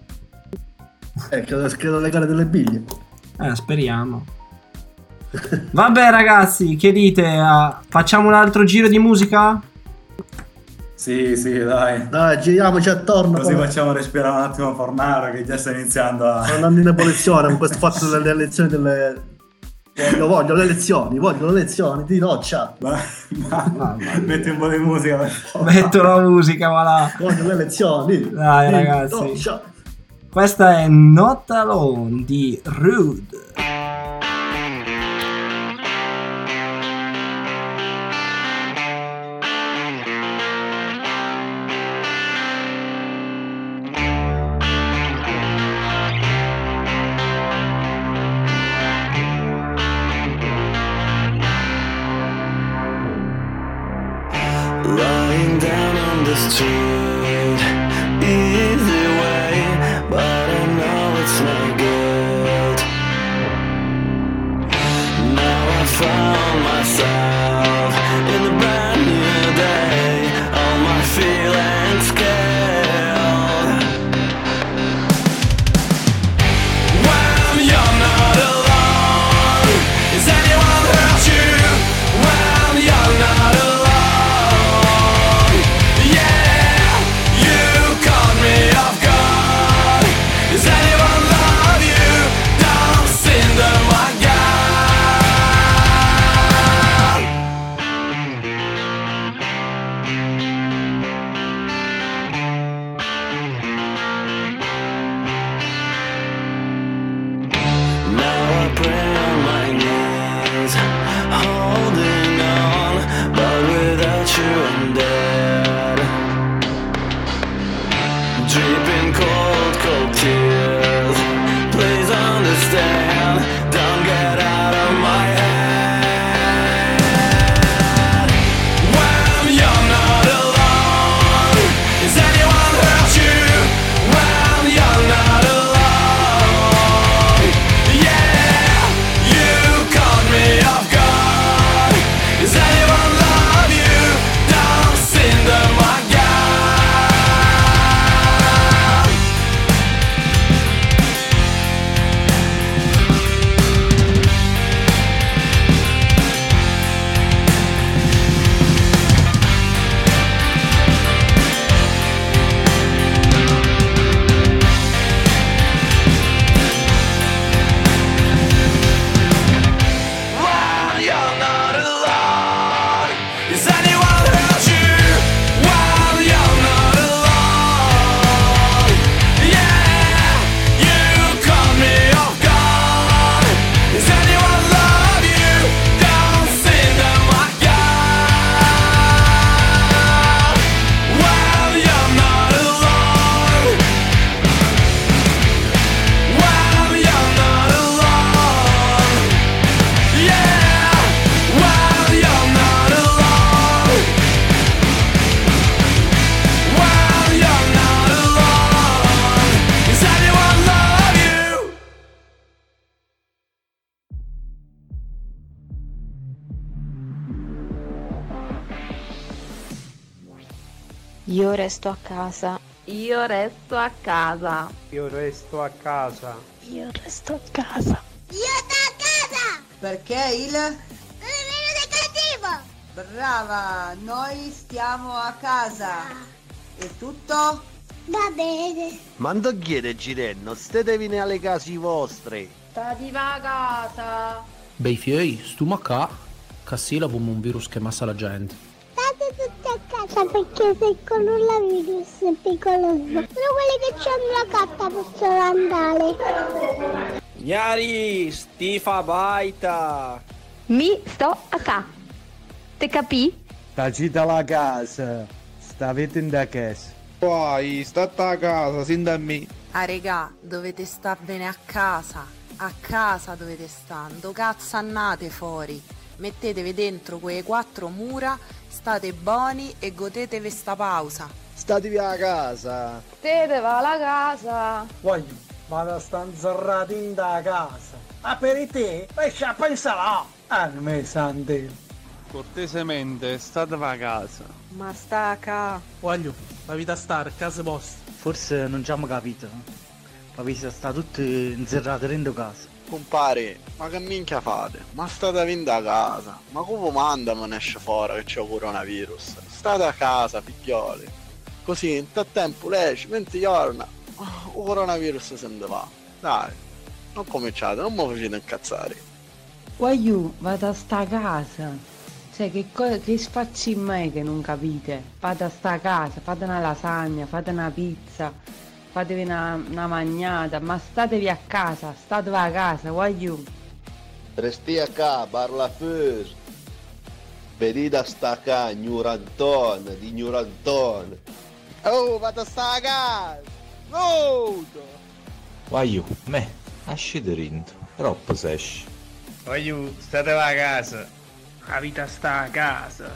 Credo le gare delle biglie. Speriamo. Vabbè ragazzi, che dite? Facciamo un altro giro di musica? Sì, dai. Dai, giriamoci attorno. Così facciamo respirare un attimo Fornaro che già sta iniziando a... Sto andando in ebollizione con questo fatto delle elezioni delle... Voglio le elezioni di roccia. Metti un po' di musica per favore. Metto la musica, ma là. Voglio le elezioni. Dai ragazzi. Questa è Not Alone di Rude. Lying down on the street, easy way, but I know it's not good. Now I found myself in a brand new day, all my feelings killed. When you're not alone, is anyone hurt you? When you're not alone. Dripping cold tears. Please understand, don't get out of my head. When you're not alone, is anyone hurt you? When you're not alone, yeah, you caught me off guard. Is anyone love you? Don't sing them again. Io resto a casa. Io resto a casa. Io resto a casa. Io resto a casa. Io sto a casa! Perché il meno cattivo! Brava, noi stiamo a casa. E tutto? Va bene. Ma non chiede Girenno, statevi alle case vostre. Stati a casa. Bei fiei, stiamo a qua. Cassi abbiamo un virus che massa la gente. State tutti a casa perché se il coronavirus è pericoloso. Solo quelli che hanno la carta possono andare. Gnari, stifa baita. Mi sto a casa. Te capì? Tacita la casa. Stavete in da casa. Poi, state a casa, sin da me. Ah regà, dovete star bene a casa. A casa dovete stare. Do cazzo annate fuori. Mettetevi dentro quelle 4 mura, state buoni e godetevi sta pausa. Statevi a casa. Te va alla casa. Voglio, vado a sta inzerrata in da casa. Ma per te, esci a pensare, a me sante. Cortesemente, state a casa. Ma sta a casa. Voglio, la vita sta a casa vostra. Forse non ci abbiamo capito. Ma vi siete stati tutti inserrati dentro casa. Compare, ma che minchia fate? Ma state a vinta a casa. Ma come manda me ne esce fuori che c'è il coronavirus? State a casa, figlioli. Così in tal tempo lei ci 20 giorni il coronavirus se ne va. Dai, non cominciate, non mi facete incazzare. Voglio, vado a sta casa. Cioè, che sfacci in me che non capite? Vado a sta casa, fate una lasagna, fate una pizza, fatevi una magnata, ma statevi a casa, statevi a casa, voglio. Resti a casa, parla first. Venite a sta casa, ignoranton, di ignoranton. Oh, vado a sta a casa! Nudo! Voglio, me, esci dentro, troppo se esci. Voglio, state a casa. La vita sta a casa.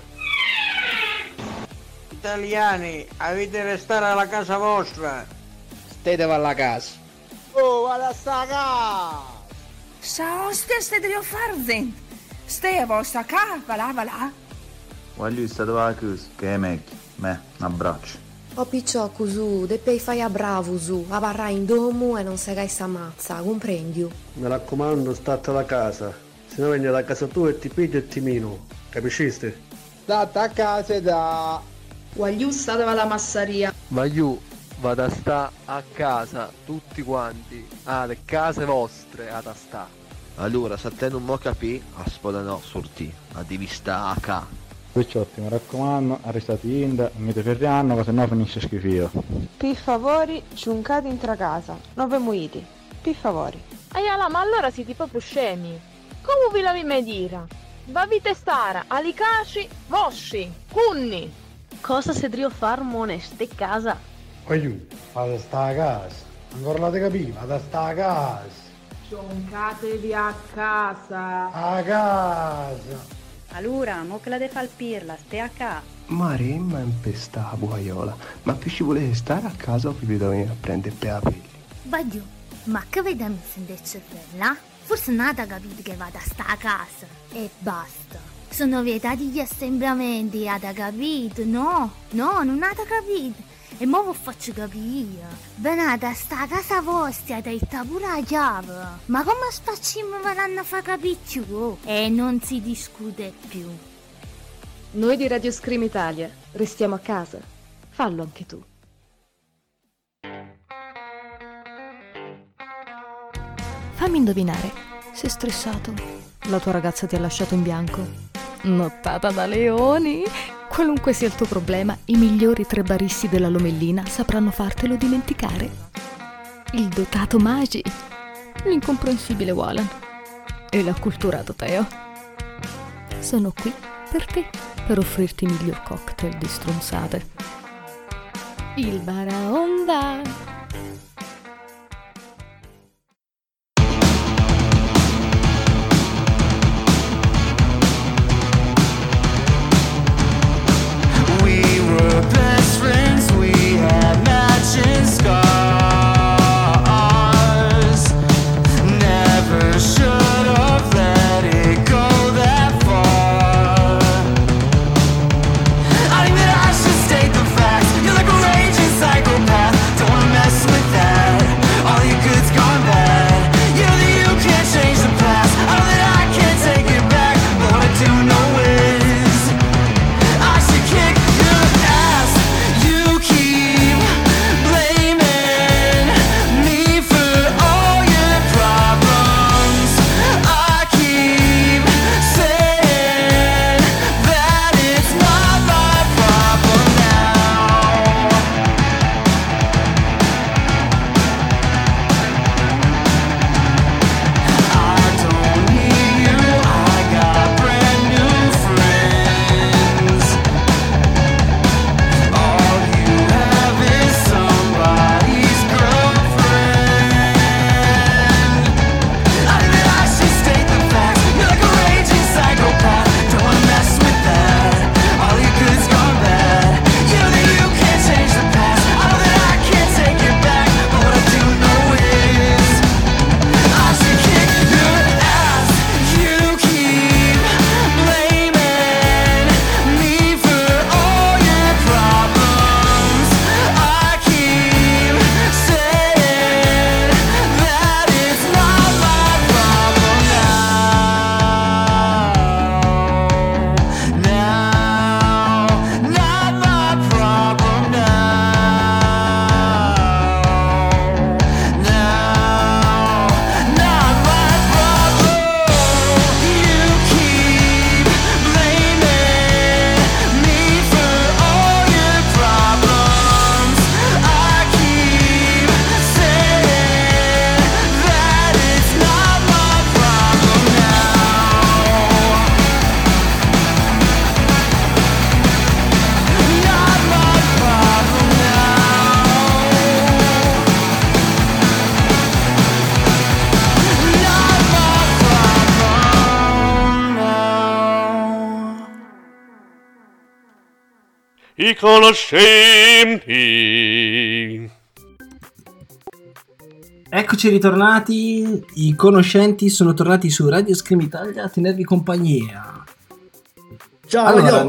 Italiani, avete restare alla casa vostra. State alla casa. Oh, vado a sta a casa! Ciao, state a fare? Stai a vostra casa, va là. Voglio state a casa, che è meglio. Me, un abbraccio. O picciocco su, devi fare a bravo su, a barra in domo e non se gai sta mazza, comprendi? Mi raccomando, state alla casa, se no vieni da casa tua e ti piglio e ti mino, capisci? State a casa da... Voglio state alla massaria. Ma io vado a sta a casa, tutti quanti, alle case vostre ad a sta. Allora, se te non mo capì, aspetta no, sorti, a devi sta a casa. Picciotti, mi raccomando, arrestati in, mi ferriano, che sennò finisce schifio. Per favore, giuncate in casa, non ve muovete. Per favore. Aiala, ma allora siete proprio scemi. Come vi l'avevi mai dire? Vavite stare, alicaci, vosci, cunni. Cosa si deve fare moneste casa? Voglio, vado a sta a casa. Ancora la te capì, vado a sta a casa. Giuncatevi a casa. A casa. Allora, mo che la defa al pirla, stai a casa. Mare, ma impesta la buaiola. Ma più ci volete stare a casa o vi vedo venire a prendere per la pelle? Baglio, ma che vediamo invece bella? Forse non avete capito che vado a sta a casa. E basta. Sono vietati gli assembramenti, avete capito? No, non avete capito. E mo vi faccio capire. Venate a sta a casa vostra, dai pure la chiave. Ma come spacciamo verranno a far capire più? E non si discute più. Noi di Radio Scream Italia restiamo a casa. Fallo anche tu. Fammi indovinare. Sei stressato? La tua ragazza ti ha lasciato in bianco? Nottata da leoni? Qualunque sia il tuo problema, i migliori 3 baristi della Lomellina sapranno fartelo dimenticare. Il dotato Magi, l'incomprensibile Walan e l'acculturato Teo sono qui per te, per offrirti il miglior cocktail di stronzate. Il Baraonda. With that i conoscenti. Eccoci ritornati, i conoscenti sono tornati su Radio Scream Italia a tenervi compagnia. Ciao,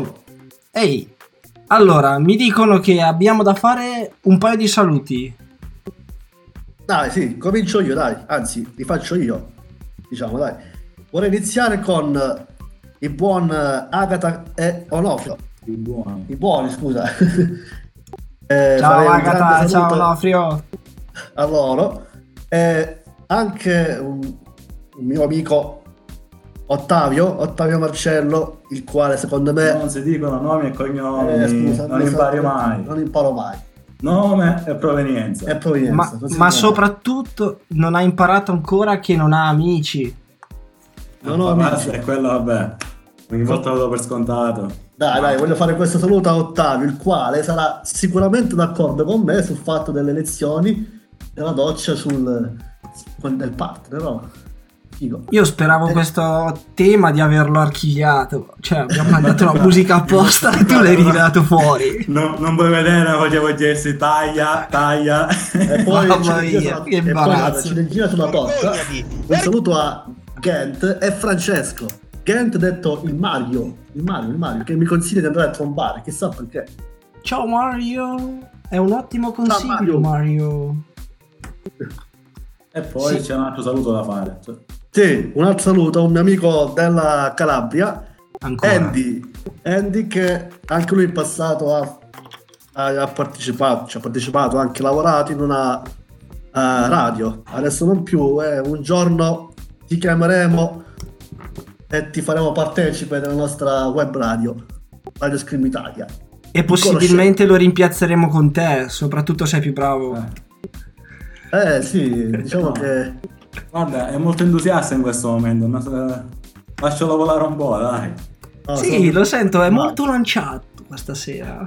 allora, mi dicono che abbiamo da fare un paio di saluti. Dai, sì, comincio io, dai, anzi, li faccio io, diciamo, dai. Vorrei iniziare con il buon Agata e Onofrio. I buoni, scusa. Ciao Agata, ciao Onofrio. A loro. E anche un mio amico Ottavio Marcello, il quale secondo me... Non si dicono nomi e cognomi, scusa, non impari mai. Non imparo mai. Nome e provenienza. Ma soprattutto non ha imparato ancora che non ha amici. Non ho amici. E quello vabbè, ogni volta lo do per scontato. Dai, voglio fare questo saluto a Ottavio, il quale sarà sicuramente d'accordo con me sul fatto delle elezioni della doccia del partner, no? Figo. Io speravo questo tema di averlo archiviato, cioè abbiamo mandato la musica apposta e tu l'hai ritato fuori. Non puoi vedere, facevo gesti taglia e poi mamma mia, che imbarazzo. Ciliegina sulla torta. Un saluto a Gent e Francesco. Gent detto il Mario, che mi consiglia di andare a trombare, chissà perché. Ciao Mario, è un ottimo consiglio Mario. E poi c'è un altro saluto da fare. Sì, un altro saluto a un mio amico della Calabria, Andy, che anche lui in passato ha partecipato, ha anche lavorato in una radio. Adesso non più, un giorno ti chiameremo e ti faremo partecipe della nostra web radio Scream Italia. E possibilmente lo rimpiazzeremo con te, soprattutto sei più bravo. Sì, diciamo che... Guarda, è molto entusiasta in questo momento, lascialo volare un po', dai. No, sì, lo sento, è molto lanciato questa sera.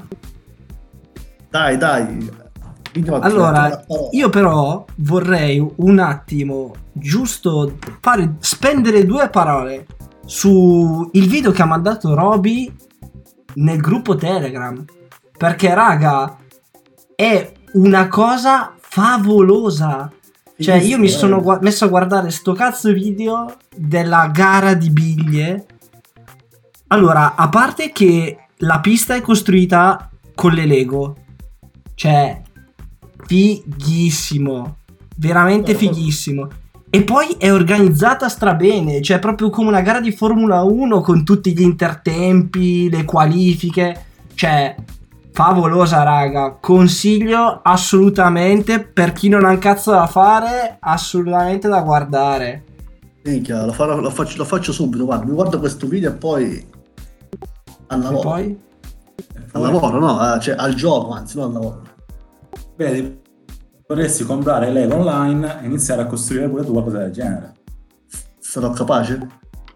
Dai. Allora, io però vorrei un attimo giusto spendere 2 parole su il video che ha mandato Roby nel gruppo Telegram, perché raga è una cosa favolosa. Cioè io mi sono messo a guardare sto cazzo video della gara di biglie. Allora, a parte che la pista è costruita con le Lego, cioè fighissimo, veramente fighissimo. E poi è organizzata strabene, cioè proprio come una gara di Formula 1 con tutti gli intertempi, le qualifiche, cioè favolosa raga, consiglio assolutamente per chi non ha un cazzo da fare, assolutamente da guardare. Minchia, lo faccio subito, guarda, mi guardo questo video e poi al lavoro. E poi? Al lavoro, no, cioè al gioco, anzi, non al lavoro. Vedi, vorresti comprare Lego online e iniziare a costruire pure tu qualcosa del genere. Sarò capace?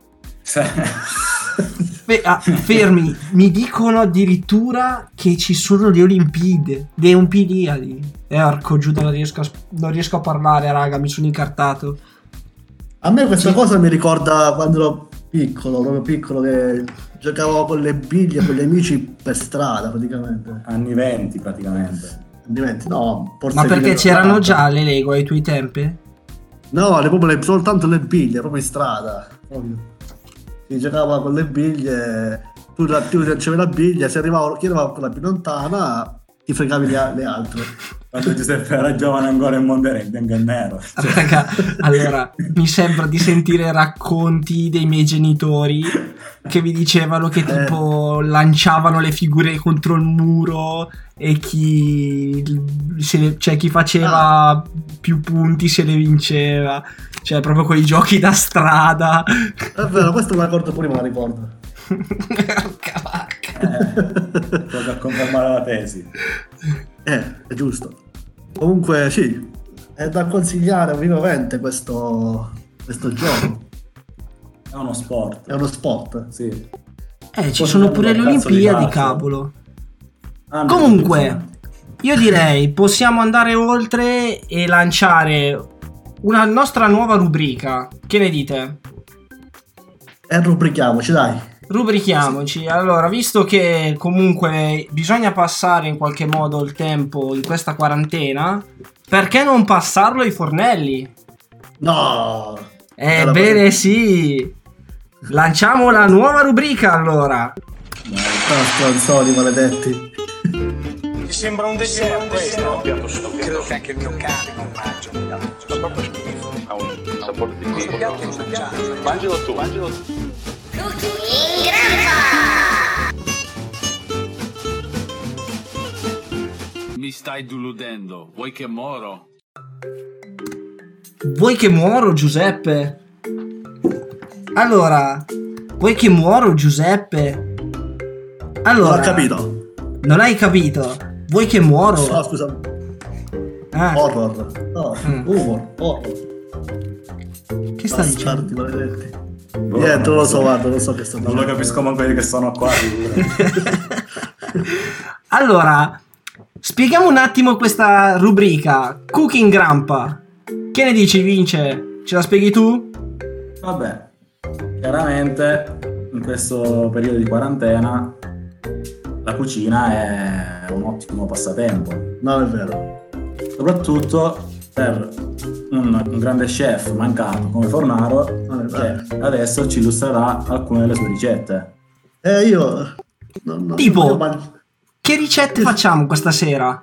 Fermi, mi dicono addirittura che ci sono le Olimpiadi. Arco giù, non riesco a parlare, raga, mi sono incartato. A me questa cosa mi ricorda quando ero proprio piccolo, che giocavo con le biglie con gli amici per strada praticamente. Anni 20 praticamente. Anni 20, no. Ma perché c'erano già le Lego ai tuoi tempi? No, soltanto le biglie, proprio in strada. Si giocava con le biglie, tu ricevi la biglia, se arrivava quella più lontana ti fregavi le altre. Quando Giuseppe era giovane ancora in mondo era in bianco e nero. Raga, allora mi sembra di sentire racconti dei miei genitori che mi dicevano che tipo lanciavano le figure contro il muro e chi faceva più punti se le vinceva, cioè proprio quei giochi da strada. È vero, questo me la ricordo pure, me la ricordo. Porca vacca. Tocca confermare la tesi. È giusto. Comunque sì, è da consigliare vivamente questo gioco. È uno sport. Sì. Ci sono pure le Olimpiadi, cavolo. Comunque, io direi possiamo andare oltre e lanciare una nostra nuova rubrica. Che ne dite? E rubrichiamoci, dai. rubrichiamoci. Allora, visto che comunque bisogna passare in qualche modo il tempo in questa quarantena, perché non passarlo ai fornelli? No! Ebbene sì! Lanciamo la nuova rubrica allora! Stronzoni maledetti! Ti sembra un dessert questo? Credo che anche il mio cane non mangia. Fa proprio schifo. Ha un sapore di schifo. Mangialo tu. Mi stai deludendo, vuoi che moro? Vuoi che muoro, Giuseppe? Allora, vuoi che muoro, Giuseppe? Allora, non ho capito. Non hai capito? Vuoi che muoro? No, scusa. Horror. No, horror. Che sta dicendo? Maledetti. Niente, non lo so, guarda, non so che sto dicendo. Non lo capisco manco quelli che sono qua. Allora, spieghiamo un attimo questa rubrica. Cooking Grandpa. Che ne dici, Vince? Ce la spieghi tu? Vabbè, chiaramente in questo periodo di quarantena la cucina è un ottimo passatempo. No, è vero. Soprattutto per un grande chef mancato come Fornaro, che adesso ci illustrerà alcune delle sue ricette. Io... Tipo, che ricette facciamo questa sera?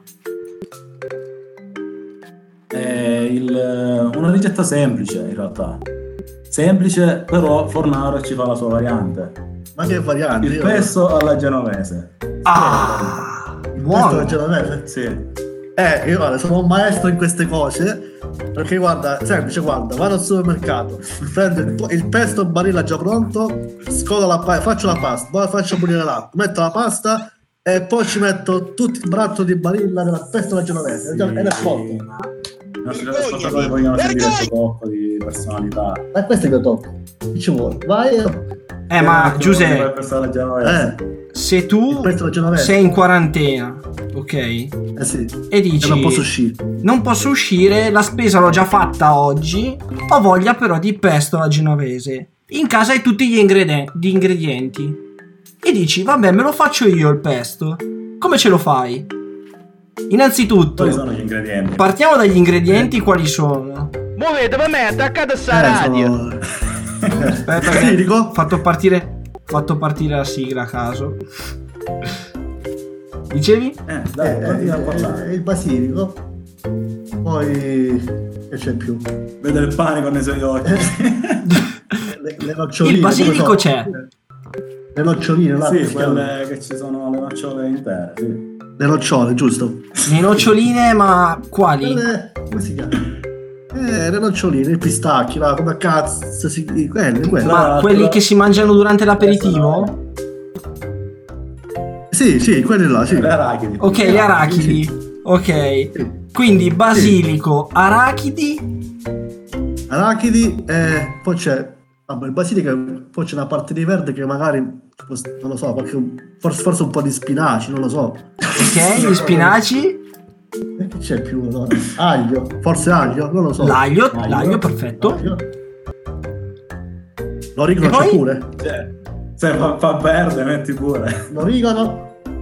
Una ricetta semplice in realtà. Semplice, però Fornaro ci fa la sua variante. Ma che variante? Il pesto alla genovese. Il pesto alla genovese? Sì. Io guarda, sono un maestro in queste cose. Perché guarda, semplice, guarda, vado al supermercato, prendo il pesto in barilla già pronto, faccio la pasta, poi faccio bollire l'acqua, metto la pasta e poi ci metto tutto il bratto di barilla della pesto alla genovese ed è pronto. I nostri ascoltatori vogliono sentire il tuo tocco di personalità. Ma questo è il mio tocco. Che ci vuole? Vai. Ma Giuseppe, se tu sei in quarantena, ok? Sì. E dici non posso uscire. Non posso uscire, la spesa l'ho già fatta oggi, ho voglia però di pesto alla genovese. In casa hai tutti gli ingredienti. E dici, vabbè, me lo faccio io il pesto. Come ce lo fai? Innanzitutto, quali sono gli ingredienti? Partiamo dagli ingredienti, quali sono? Muovete per me, attaccate sta radio. Aspetta, che ho fatto partire la sigla a caso. Dicevi? Il basilico. Poi che c'è più? Vede il pane con i suoi occhi. le noccioline. Il basilico c'è. Le noccioline, sì, quelle che ci sono le nocciole intere, sì. Le nocciole, giusto? Le noccioline, ma quali? Come si chiama? Le noccioline, i pistacchi, va, come cazzo si... Quelle. Ma quelli che si mangiano durante l'aperitivo? Sì, quelli là, sì. Le arachidi. Ok, le arachidi. Sì. Ok. Quindi basilico, arachidi. Arachidi, poi c'è... il basilico, poi c'è una parte di verde che magari, non lo so, forse un po' di spinaci, non lo so. Ok, gli spinaci. E che c'è più? No? Aglio, forse aglio, non lo so. L'aglio, perfetto. L'origano c'è pure. Se fa verde, metti pure. L'origano.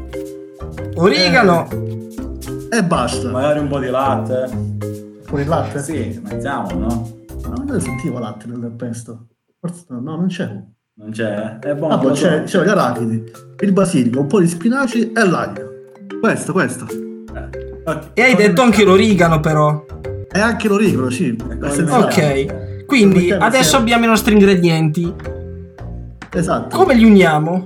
E basta. Magari un po' di latte. Un po' di latte? Sì, mettiamo, no? Ma non sentivo latte nel pesto. Forse no, non c'è. Non c'è? È buono. Poi c'è gli arachidi, il basilico, un po' di spinaci e l'aglio. Questo. E hai detto anche l'origano, però. E anche l'origano, sì. Ok, quindi adesso abbiamo i nostri ingredienti. Esatto. Come li uniamo?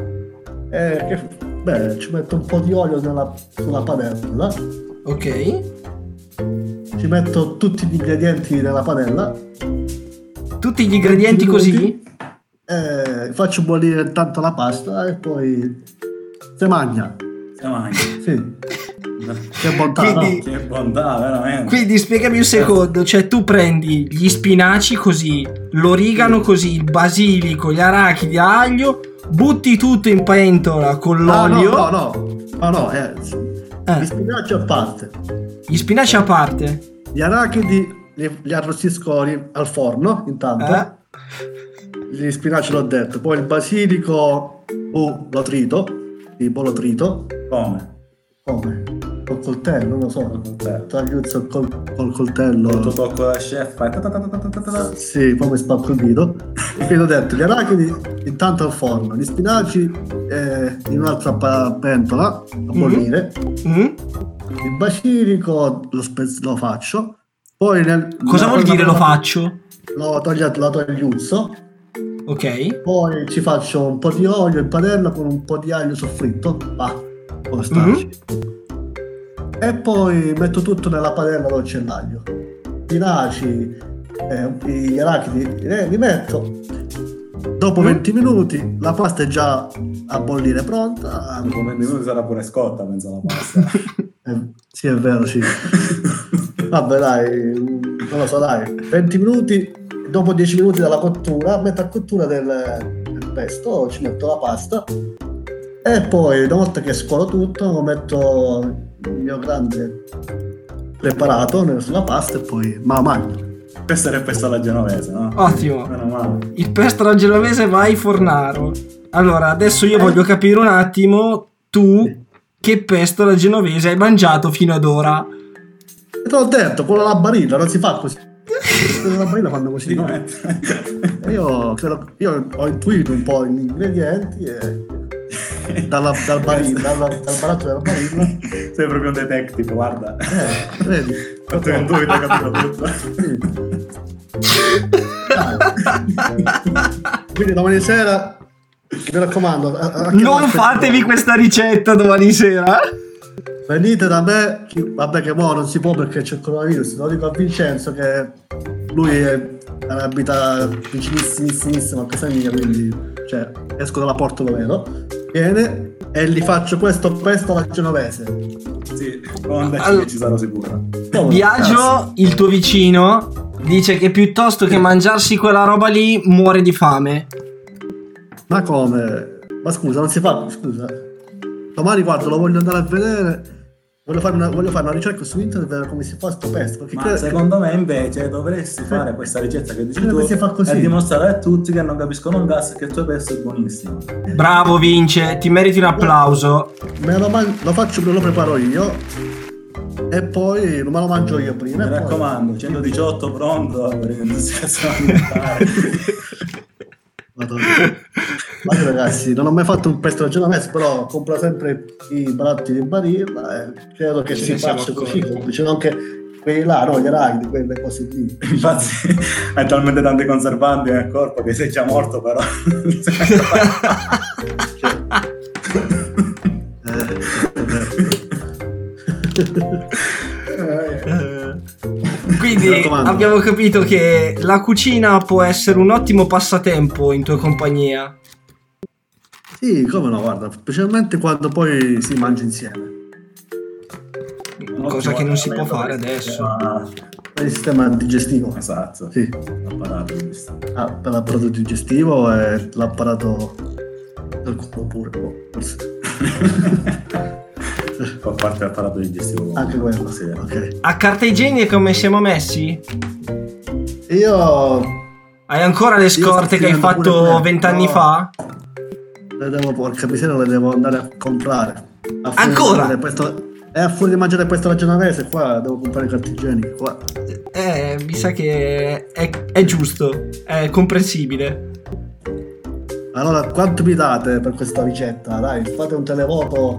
Ci metto un po' di olio sulla padella. Ok. Ci metto tutti gli ingredienti nella padella. Tutti gli ingredienti così? Faccio bollire intanto la pasta e poi se mangia. Sì. Che bontà, quindi, no? Che bontà, veramente. Quindi spiegami un secondo, cioè tu prendi gli spinaci così, l'origano così, il basilico, gli arachidi, l'aglio, butti tutto in pentola con l'olio. No, gli spinaci a parte. Gli spinaci a parte. Gli arachidi li arrostisco al forno intanto. Gli spinaci l'ho detto, poi il basilico lo trito, tipo lo trito. Come? Col coltello, non lo so. Tagliuzzo col coltello. Tutto tocco da chef, fai Sì, poi mi spacco il dito. E quindi ho detto, gli arachidi intanto al forno, gli spinaci in un'altra pentola a bollire. Il basilico lo faccio. Poi cosa vuol dire lo faccio? Lo tagliuzzo. Ok. Poi ci faccio un po' di olio in padella con un po' di aglio soffritto. E poi metto tutto nella padella dove c'è l'aglio. Spinaci, gli arachidi li metto. Dopo 20 minuti la pasta è già a bollire pronta. Dopo 20 minuti sarà pure scotta, penso la pasta. Sì, è vero, sì. Vabbè, dai, non lo so, dai. 20 minuti, dopo 10 minuti dalla cottura, metto a cottura del pesto, ci metto la pasta. E poi, una volta che scuolo tutto, metto il mio grande preparato sulla pasta e poi me la mangio. Questo era il pesto alla genovese, no? Ottimo. Il pesto alla genovese vai Fornaro. Allora, adesso io voglio capire un attimo, tu che pesto alla genovese hai mangiato fino ad ora? Te l'ho detto, quello alla barilla, non si fa così. Quello alla barilla fanno così, no? Io ho intuito un po' gli ingredienti e dal baratto della barilla. Sei proprio un detective, guarda. Vedi? Fatto con tu hai capito tutto. Quindi domani sera, mi raccomando, non fatevi questa ricetta domani sera. Venite da me, vabbè che mo non si può perché c'è il coronavirus, lo dico a Vincenzo che lui abita vicinissimo a casa mia, quindi cioè, esco dalla porta lo vedo, viene e gli faccio questo pesto alla genovese. Sì, che ci sarò sicuro. Biagio, il tuo vicino, dice che piuttosto che mangiarsi quella roba lì muore di fame. Ma come? Ma scusa, non si fa, scusa. Domani guarda, lo voglio andare a vedere. Voglio fare una ricerca su internet per vedere come si fa sto pesto. Ma secondo me invece dovresti fare questa ricetta che dici tu si fa così. E dimostrare a tutti che non capiscono un cazzo che il tuo pesto è buonissimo. Bravo Vince, ti meriti un applauso. Lo faccio, lo preparo io e poi me lo mangio io prima. Mi raccomando, 118 pronto per l'intossicazione alimentare. Ma ragazzi, non ho mai fatto un pesto alla genovese, però compro sempre i barattoli di barilla e credo che si faccia così. C'è anche quelli là, no, gli arachidi, quelle cose lì. Infatti hai talmente tanti conservanti nel corpo che sei già morto, però. Quindi abbiamo capito che la cucina può essere un ottimo passatempo in tua compagnia. Sì, come no, guarda, specialmente quando poi si mangia insieme. Cosa che non si può fare adesso. Il sistema digestivo. Esatto. Sì. L'apparato digestivo. Per l'apparato digestivo e l'apparato del culo pure, forse. Fa parte dell'apparato digestivo. Anche quello, sì. Ok. A carta igienica come siamo messi? Io... Hai ancora le scorte che hai fatto 20 anni fa? Le devo, porca miseria, le devo andare a comprare. Ancora? A fuori di mangiare questo alla genovese, qua devo comprare carta igienica, qua. Mi sa che è giusto, è comprensibile. Allora, quanto mi date per questa ricetta? Dai, fate un televoto.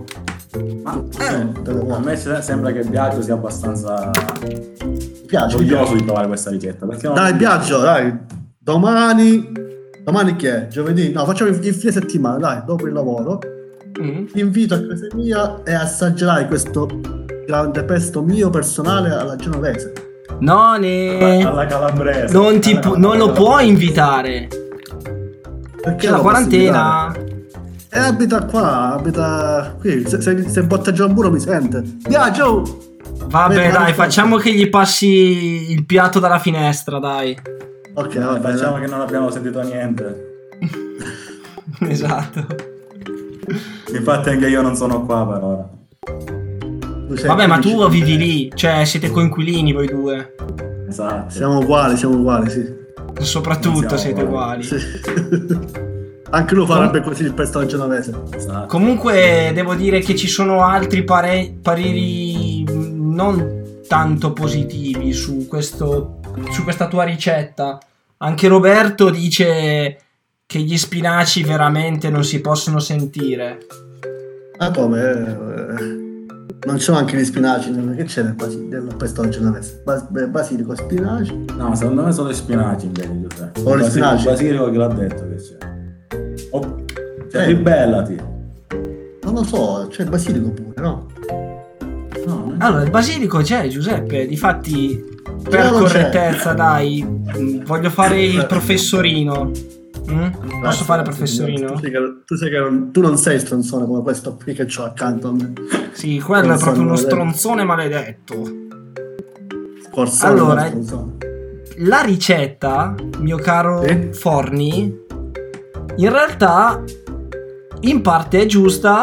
A me sembra che Biagio sia abbastanza piace voglioso di provare questa ricetta. Dai, Biagio, dai. Domani che è? Giovedì? No, facciamo il fine settimana, dai, dopo il lavoro. Ti invito a casa mia e assaggerai questo grande pesto mio personale alla genovese. Alla calabrese. Non lo puoi invitare. Perché c'è la quarantena. Abita qui. Se botteggia un muro mi sente. Biagio! Vabbè, dai, facciamo che gli passi il piatto dalla finestra, dai. Ok, no, facciamo che non abbiamo sentito niente. Esatto. Infatti anche io non sono qua per ora. Vabbè, ma tu vivi lì, cioè siete coinquilini voi due. Esatto. Siamo uguali, sì. soprattutto siete uguali. Sì. Anche lui farebbe così il pesto genovese. Esatto. Comunque devo dire che ci sono altri pareri non tanto positivi su questa tua ricetta. Anche Roberto dice che gli spinaci veramente non si possono sentire. Ma come? Non c'è anche gli spinaci, che c'è del pesto genovese? Basilico, spinaci? No, secondo me sono gli spinaci invece, Giuseppe. Sono gli spinaci? Basilico che l'ha detto che c'è. Cioè, ribellati. Non lo so, c'è il basilico pure, no? Allora, il basilico c'è, Giuseppe, difatti per correttezza, dai, voglio fare il professorino. Posso fare il professorino? Tu non sei stronzone come questo qui che c'ho accanto a me. Sì, quello è proprio uno stronzone maledetto. Scorsone, allora, la ricetta, mio caro Forni, in realtà in parte è giusta.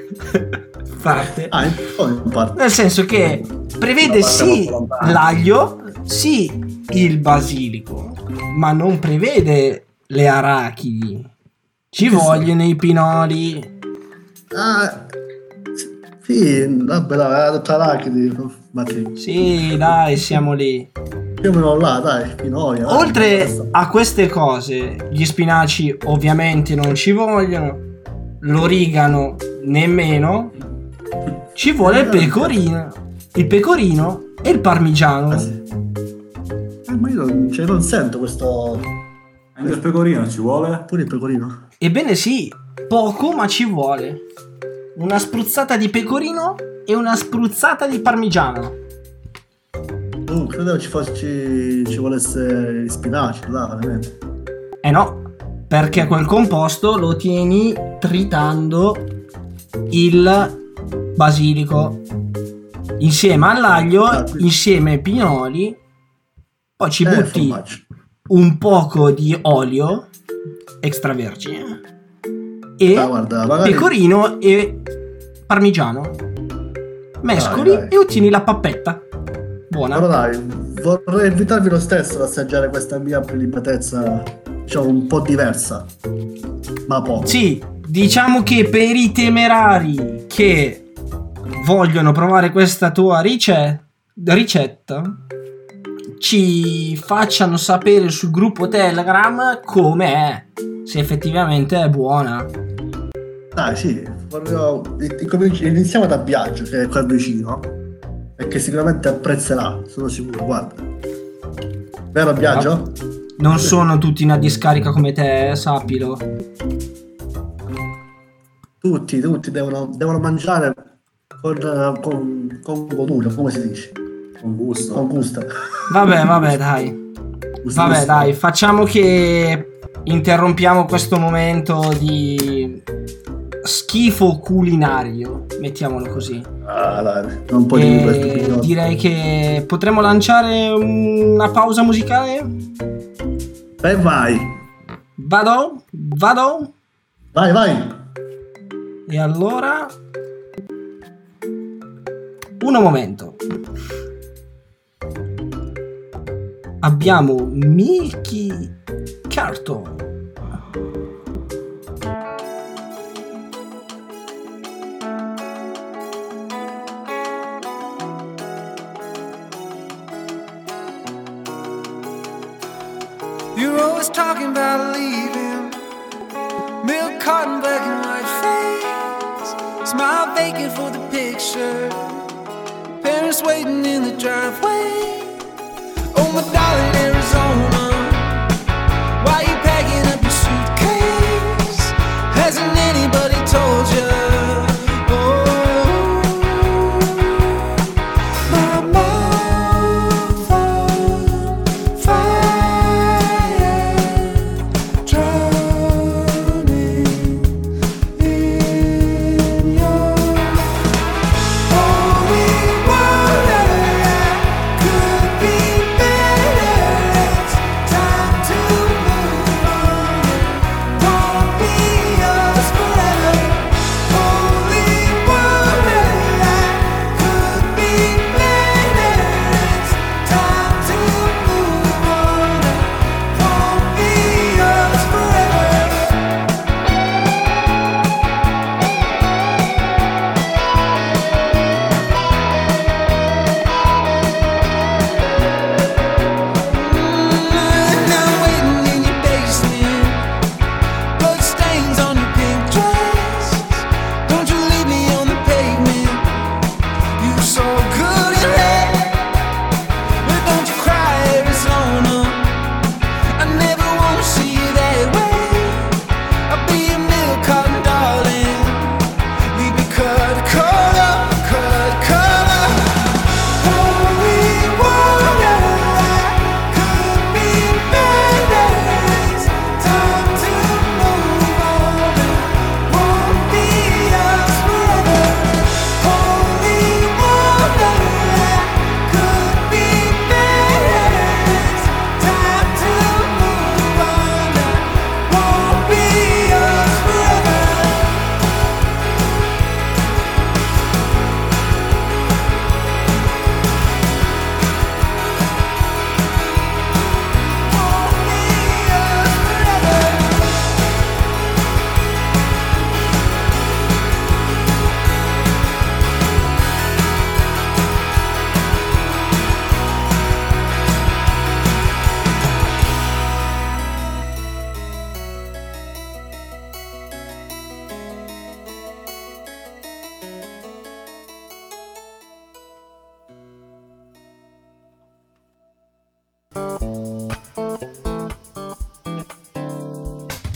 In parte. Nel senso che prevede sì l'aglio, sì il basilico, ma non prevede le arachidi. Ci vogliono i pinoli. Sì, vabbè, dai, arachidi. Sì, dai, siamo lì. Più o meno là, dai, pinoli. Oltre a queste cose, gli spinaci ovviamente non ci vogliono, l'origano nemmeno. Ci vuole il pecorino e il parmigiano. Ma io non sento questo. Anche il pecorino ci vuole? Pure il pecorino. Ebbene sì, poco ma ci vuole. Una spruzzata di pecorino e una spruzzata di parmigiano. Credevo ci volesse gli spinaci, là, veramente. No, perché quel composto lo tieni tritando il basilico insieme all'aglio, insieme ai pinoli, poi ci butti un poco di olio extravergine e pecorino e parmigiano, mescoli e ottieni la pappetta buona. Però dai, vorrei invitarvi lo stesso ad assaggiare questa mia prelibatezza, diciamo un po' diversa, ma poco. Sì, diciamo che per i temerari che vogliono provare questa tua ricetta, ci facciano sapere sul gruppo Telegram com'è, se effettivamente è buona. Dai, sì, iniziamo da Biagio, che è qua vicino, e che sicuramente apprezzerà, sono sicuro, guarda. Vero Biagio? Non sono tutti una discarica come te, sappilo. Tutti devono mangiare con goduria, come si dice? Con gusto. Con gusto. Vabbè, dai. Vabbè, dai, facciamo che interrompiamo questo momento di schifo culinario, mettiamolo così. Dai, non puoi dire questo. Direi che potremmo lanciare una pausa musicale. Vai. Vado? Vai. E allora un momento. Abbiamo Milky Carton. You're always talking about leaving. Milk carton, black and white face. Smile vacant for the picture. Parents waiting in the driveway. Oh my darling Arizona, why you packing up your suitcase? Hasn't anybody told you? Could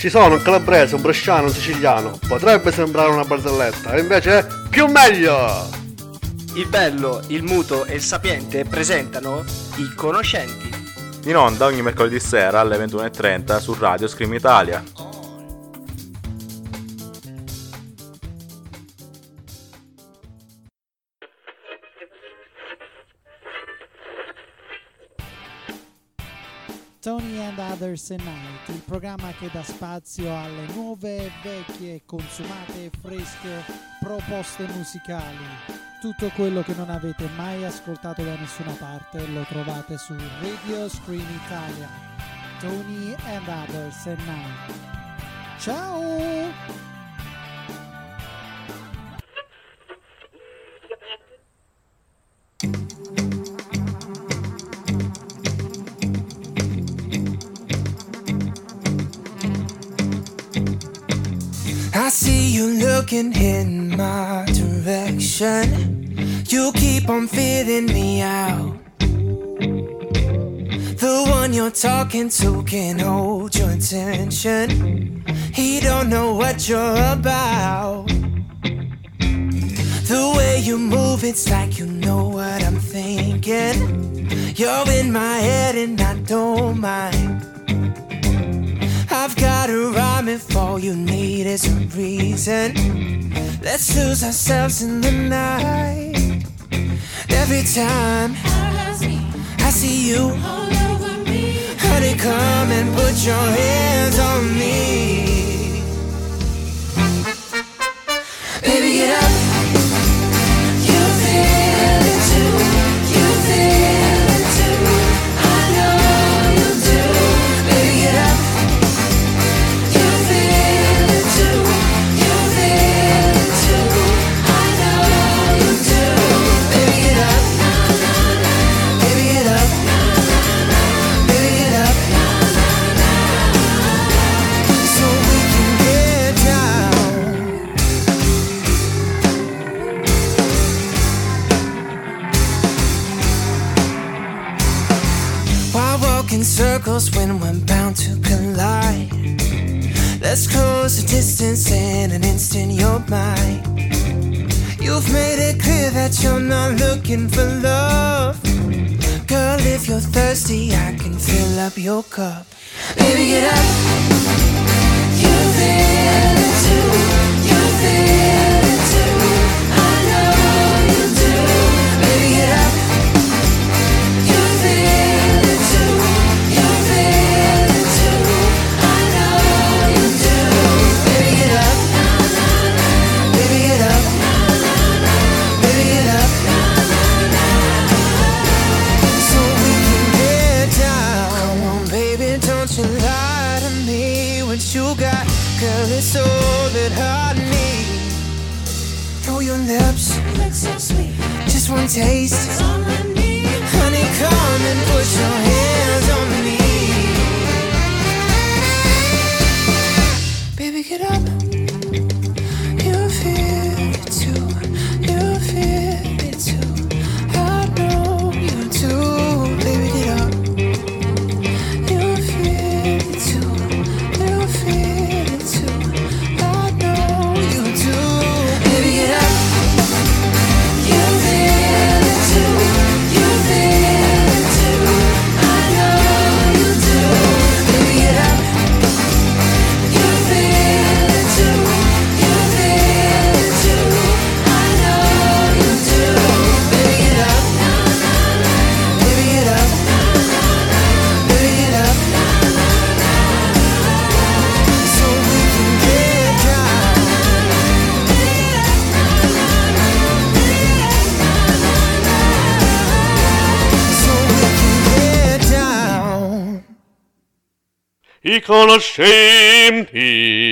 Ci sono un calabrese, un bresciano, un siciliano. Potrebbe sembrare una barzelletta, e invece è più meglio! Il bello, il muto e il sapiente presentano I Conoscenti. In onda ogni mercoledì sera alle 21:30 su Radio Scream Italia. Tony and Others at Night, il programma che dà spazio alle nuove, vecchie, consumate e fresche proposte musicali. Tutto quello che non avete mai ascoltato da nessuna parte lo trovate su Radio Scream Italia. Tony and Others at Night. Ciao! I see you looking in my direction. You keep on feeling me out. The one you're talking to can hold your attention. He don't know what you're about. The way you move, it's like you know what I'm thinking. You're in my head and I don't mind. I've got a rhyme if all you need is a reason. Let's lose ourselves in the night. Every time I see you, honey, come and put your hands on me. Baby, get up. You feel it too. You feel it too. I know you do. Baby, get up. In circles when we're bound to collide. Let's close the distance in an instant, you're mine. You've made it clear that you're not looking for love. Girl, if you're thirsty, I can fill up your cup. Baby, get up. You feel it too. You feel it too. I know you do. Baby, get up. You got, girl, it's all that I need. Oh, your lips look so sweet. Just one taste, it's all I need. Honey, come and put your hands on me. Baby, get up. You feel it too. You feel it too. I know you do. Baby, get up. You feel it too. You feel it too. I know you do. Baby, get up. You feel it too. You feel it too. I know you do. Baby, get up. You feel it too. You feel it too. I know you do. Baby, get up. Baby, get up. Baby, get up. So we can get down. So we can get down. I conoscenti.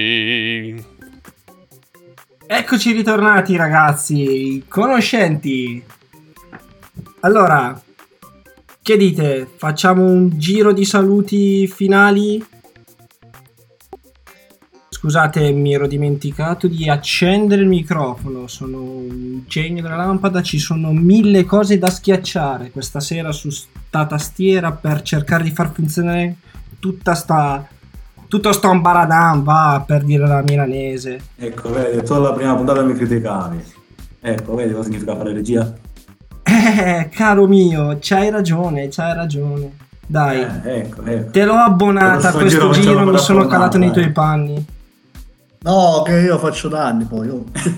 Eccoci ritornati ragazzi, conoscenti. Allora, che dite? Facciamo un giro di saluti finali? Scusate, mi ero dimenticato di accendere il microfono. Sono un genio della lampada, ci sono 1000 cose da schiacciare questa sera su sta tastiera per cercare di far funzionare tutta sta tutto sto ambaradam, va, per dire la milanese. Ecco, vedi, tu alla prima puntata mi criticavi. Ecco, vedi cosa significa fare regia? Caro mio, c'hai ragione. Dai, ecco. te l'ho abbonata a questo giro, mi sono calato nei tuoi panni. No, che io faccio danni poi.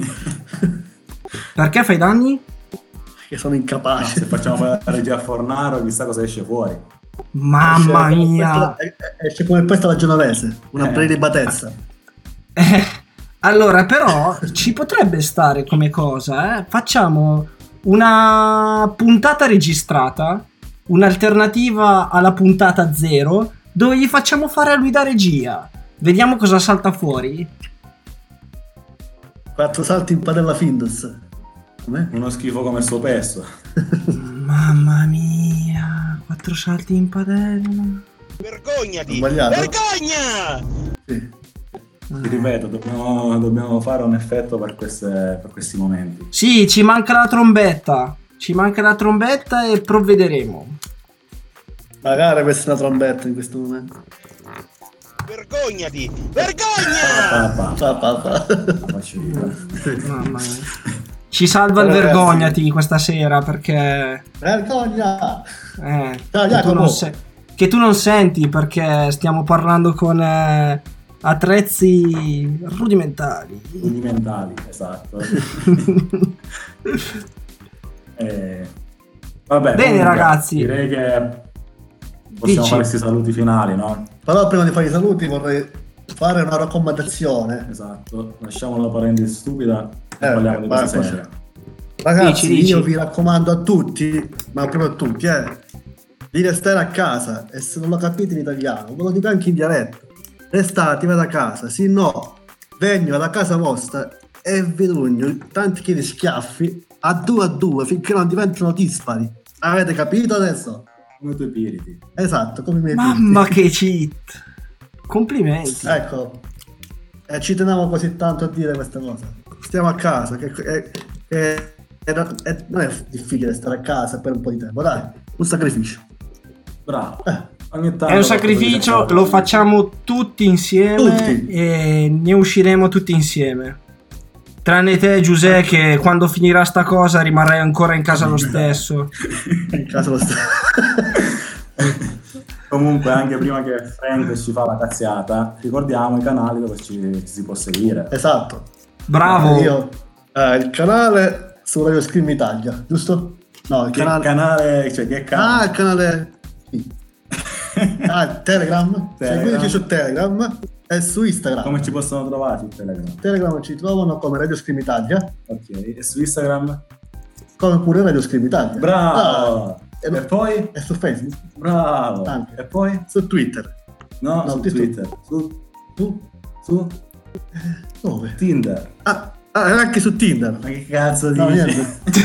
Perché fai danni? Che sono incapace. No, se facciamo fare la regia a Fornaro, chissà cosa esce fuori. Mamma mia. Esce come questa la genovese, una prelibatezza. Allora, però, ci potrebbe stare come cosa, eh? Facciamo una puntata registrata, un'alternativa alla puntata 0, dove gli facciamo fare a lui da regia. Vediamo cosa salta fuori. 4 salti in padella Findus. Uno schifo come il suo pesto. Mamma mia, 4 salti in padella. Vergognati! Vergogna! Sì. Ti ripeto, dobbiamo fare un effetto per questi momenti. Sì, ci manca la trombetta e provvederemo. Magari questa è una trombetta in questo momento. Vergognati! Vergogna! Mamma mia. Ci salva il vergognati questa sera, perché vergogna! Che tu non senti, perché stiamo parlando con attrezzi rudimentali, esatto. Vabbè, bene comunque, ragazzi, direi che possiamo fare questi saluti finali, no? Però prima di fare i saluti vorrei fare una raccomandazione. Esatto, lasciamo la parentesi stupida e parliamo di questa serie. Ragazzi, dici. io vi raccomando a tutti, ma proprio a tutti, di restare a casa, e se non lo capite in italiano, ve lo dico anche in dialetto. Restate a casa, se no vengo alla casa vostra e vi rugno tanti chili schiaffi a due finché non diventano dispari. Avete capito adesso? Come i tuoi piriti. Esatto, come i miei mamma piriti. che cheat, complimenti. Ecco, ci tenevo così tanto a dire questa cosa. Stiamo a casa, non è difficile stare a casa per un po' di tempo, dai, un sacrificio. Bravo. È un sacrificio, lo facciamo tutti insieme e ne usciremo tutti insieme. Tranne te, Giuseppe, che quando finirà sta cosa rimarrai ancora in casa lo stesso. In casa lo stesso. Comunque, anche prima che Frank ci fa la cazziata, ricordiamo i canali dove ci si può seguire. Esatto. Bravo. Il canale su Radio Scream Italia, giusto? No, il canale. Che canale? Il canale. Sì. Telegram. Seguiteci su Telegram e su Instagram. Come ci possono trovare su Telegram? Telegram ci trovano come Radio Scream Italia. Ok, e su Instagram? Come pure Radio Scream Italia. Bravo! E poi? E su Facebook. Bravo! Anche. E poi? Su Twitter. No, su Twitter. Su? Dove? Tinder. Anche su Tinder. Ma che cazzo no, dici?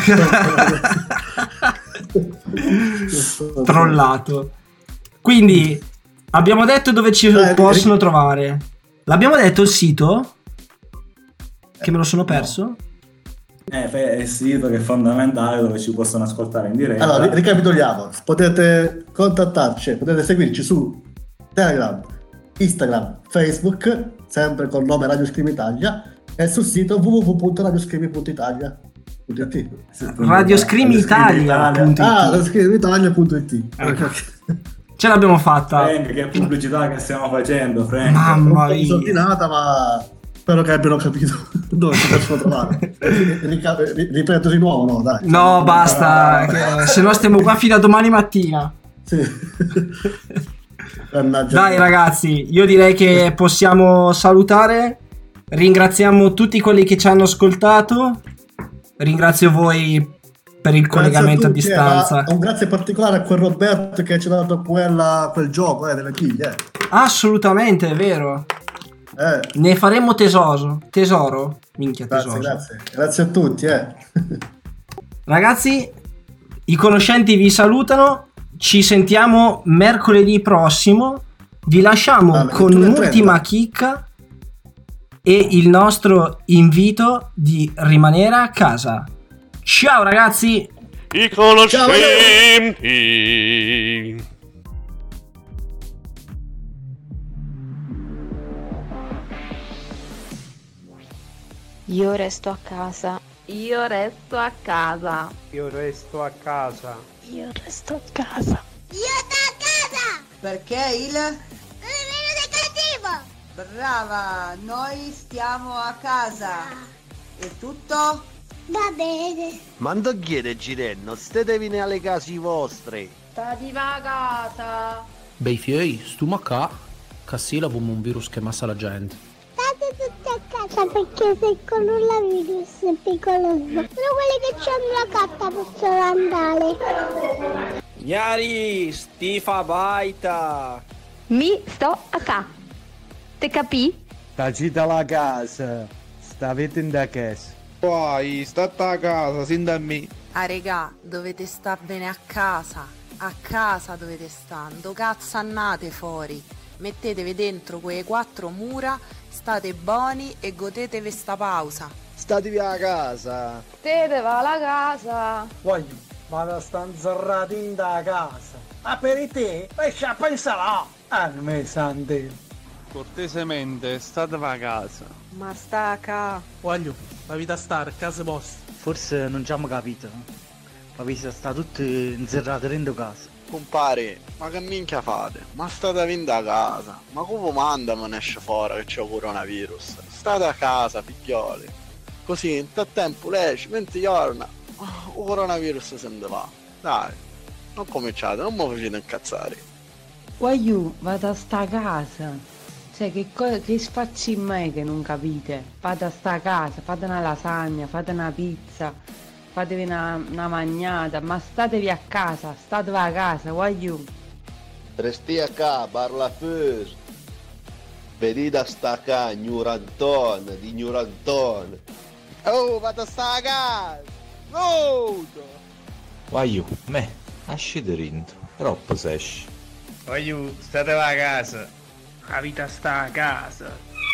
Trollato. Quindi abbiamo detto dove ci possono trovare. L'abbiamo detto il sito? Che me lo sono perso? È il sito che è fondamentale, dove ci possono ascoltare in diretta. Allora, ricapitoliamo. Potete contattarci, potete seguirci su Telegram, Instagram, Facebook, sempre col nome Radio Scream Italia, e sul sito www.radioscream.italia. radioscreamitalia.it. Ce l'abbiamo fatta. Frank, che pubblicità che stiamo facendo, Frank. Mamma mia, disordinata, ma spero che abbiano capito dove si possono trovare. Ripeto di nuovo, no, dai. No, basta, se no stiamo qua fino a domani mattina. Sì. Dai ragazzi, io direi che possiamo salutare. Ringraziamo tutti quelli che ci hanno ascoltato. Ringrazio voi per il collegamento a distanza. Un grazie particolare a quel Roberto che ci ha dato quel gioco delle chiglie. Assolutamente, è vero. Ne faremo tesoro. Minchia, tesoro. Grazie a tutti. Ragazzi, i conoscenti vi salutano. Ci sentiamo mercoledì prossimo. Vi lasciamo con un'ultima chicca e il nostro invito di rimanere a casa. Ciao ragazzi! I conoscenti! Io resto a casa. Io resto a casa. Io resto a casa. Io resto a casa. Io sto a casa! Perché il? Meno sei cattivo! Brava, noi stiamo a casa. È tutto? Va bene. Ma non chiede Girenno, stetevi alle case vostre. Stati va a casa. Bei fiei, stiamo qua. Cassila come un virus che massa la gente. State tutti a casa perché se il coronavirus è pericoloso. Solo quelli che hanno la carta possono andare. Gnari, stifa baita. Mi sto a casa. Te capì? Tacita la casa. Stavete in da casa. Poi, state a casa, sin da me. Ah regà, dovete sta bene a casa. A casa dovete sta. Do cazzo annate fuori. Mettetevi dentro quelle 4 mura, state buoni e godetevi sta pausa. Statevi a casa. Te va alla casa. Voglio, vado a sta inzerrati in da casa. Ah, per te, esci a pensare. Ah, me sante. Cortesemente, state a casa. Ma sta a casa. Voglio, la vita sta a casa vostra. Forse non ci abbiamo capito. Ma vi sta tutti inserrati dentro casa. Compare, ma che minchia fate? Ma state a vendere a casa? Ma come manda me ne esce fuori che c'è il coronavirus? State a casa, figlioli. Così in tal tempo lei ci 20 giorni, il coronavirus se ne va. Dai, non cominciate, non mi facete incazzare. Voglio, vado a sta a casa. Cioè, che spacci in me che non capite? Vado a sta a casa, fate una lasagna, fate una pizza, fatevi una magnata, ma statevi a casa, statevi a casa, voglio. Resti a casa, parla fus. Venite a sta qua, ignoranton, di ignoranton. Oh, vado a sta a casa! Voto! Voglio, me, esci dentro, troppo se esci. Voglio, state a casa. La vita sta a casa.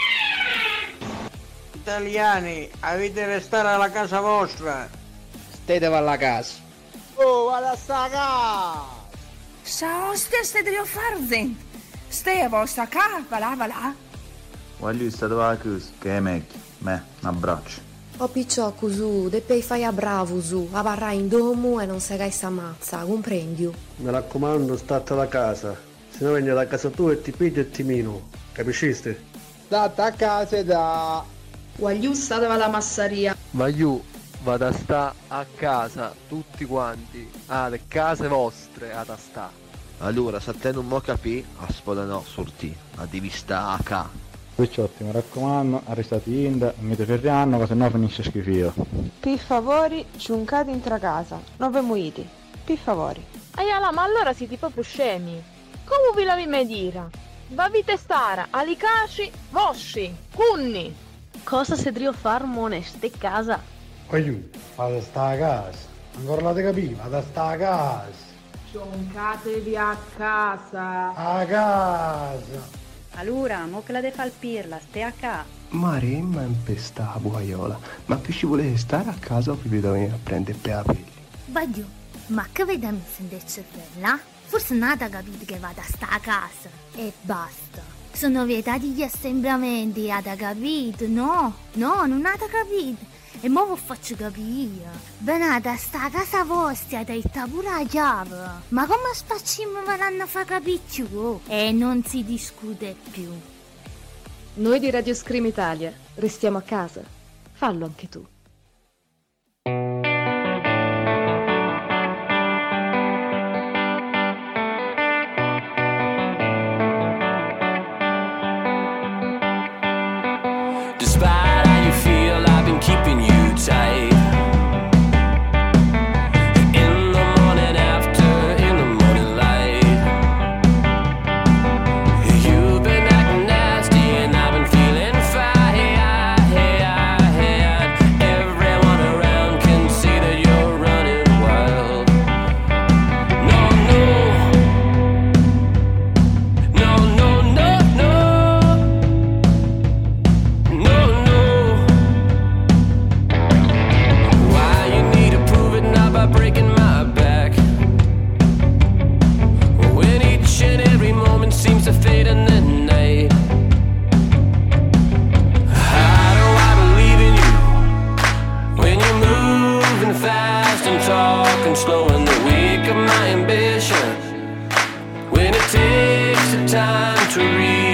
Italiani, avete restare alla casa vostra. Statevi alla casa. Oh, vado a sta a casa! Ciao, stai a fare? Stai a vostra casa, va là. Voglio stare a casa, che è meglio. Me, un abbraccio. O picciò cosù, devi fare a bravo su, a barra in domo e non sai sta mazza, comprendi? Mi raccomando, state alla casa. Se no vieni alla casa tua e ti piglio e ti mino. Capisciste? State a casa da... Voglio stare alla massaria. Voglio, vado a sta a casa, tutti quanti. Le case vostre, ad a sta. Allora, se te non mo capì, aspetta no, sorti. Ma devi sta a casa. Picciotti, mi raccomando, arrestati in, mi ferriano, che se no finisce schifio. Per favore, ciuncate intra casa, non ve muovete. Per favore. Aiala, ma allora siete proprio scemi. Come vi l'avevi mai dire? Vavite stare ali casci vostri, cunni. Cosa se devo far moneste casa? Voglio, vado a sta a casa. Ancora la te capì, vado a sta a casa. Cioncatevi a casa. A casa. Allora, mo che la devi far pirla, stai a casa. Mare, ma impesta buaiola. Ma più ci volete stare a casa o vi venire a prendere per la pelle? Voglio, ma che vediamo se invece bella? Forse nata capito che vado a sta a casa. E basta. Sono vietati gli assembramenti, avete capito? No, non avete capito. E mo vi faccio capire. Venate a sta a casa vostra, avete detta pure la chiave. Ma come spacciamo ve l'hanno fa capire più? E non si discute più. Noi di Radio Scream Italia restiamo a casa. Fallo anche tu. Despite how you feel, I've been keeping you tight. In the morning after, in the morning light. You've been acting nasty and I've been feeling fine. Walking fast and talking slow in the weak of my ambition. When it takes the time to read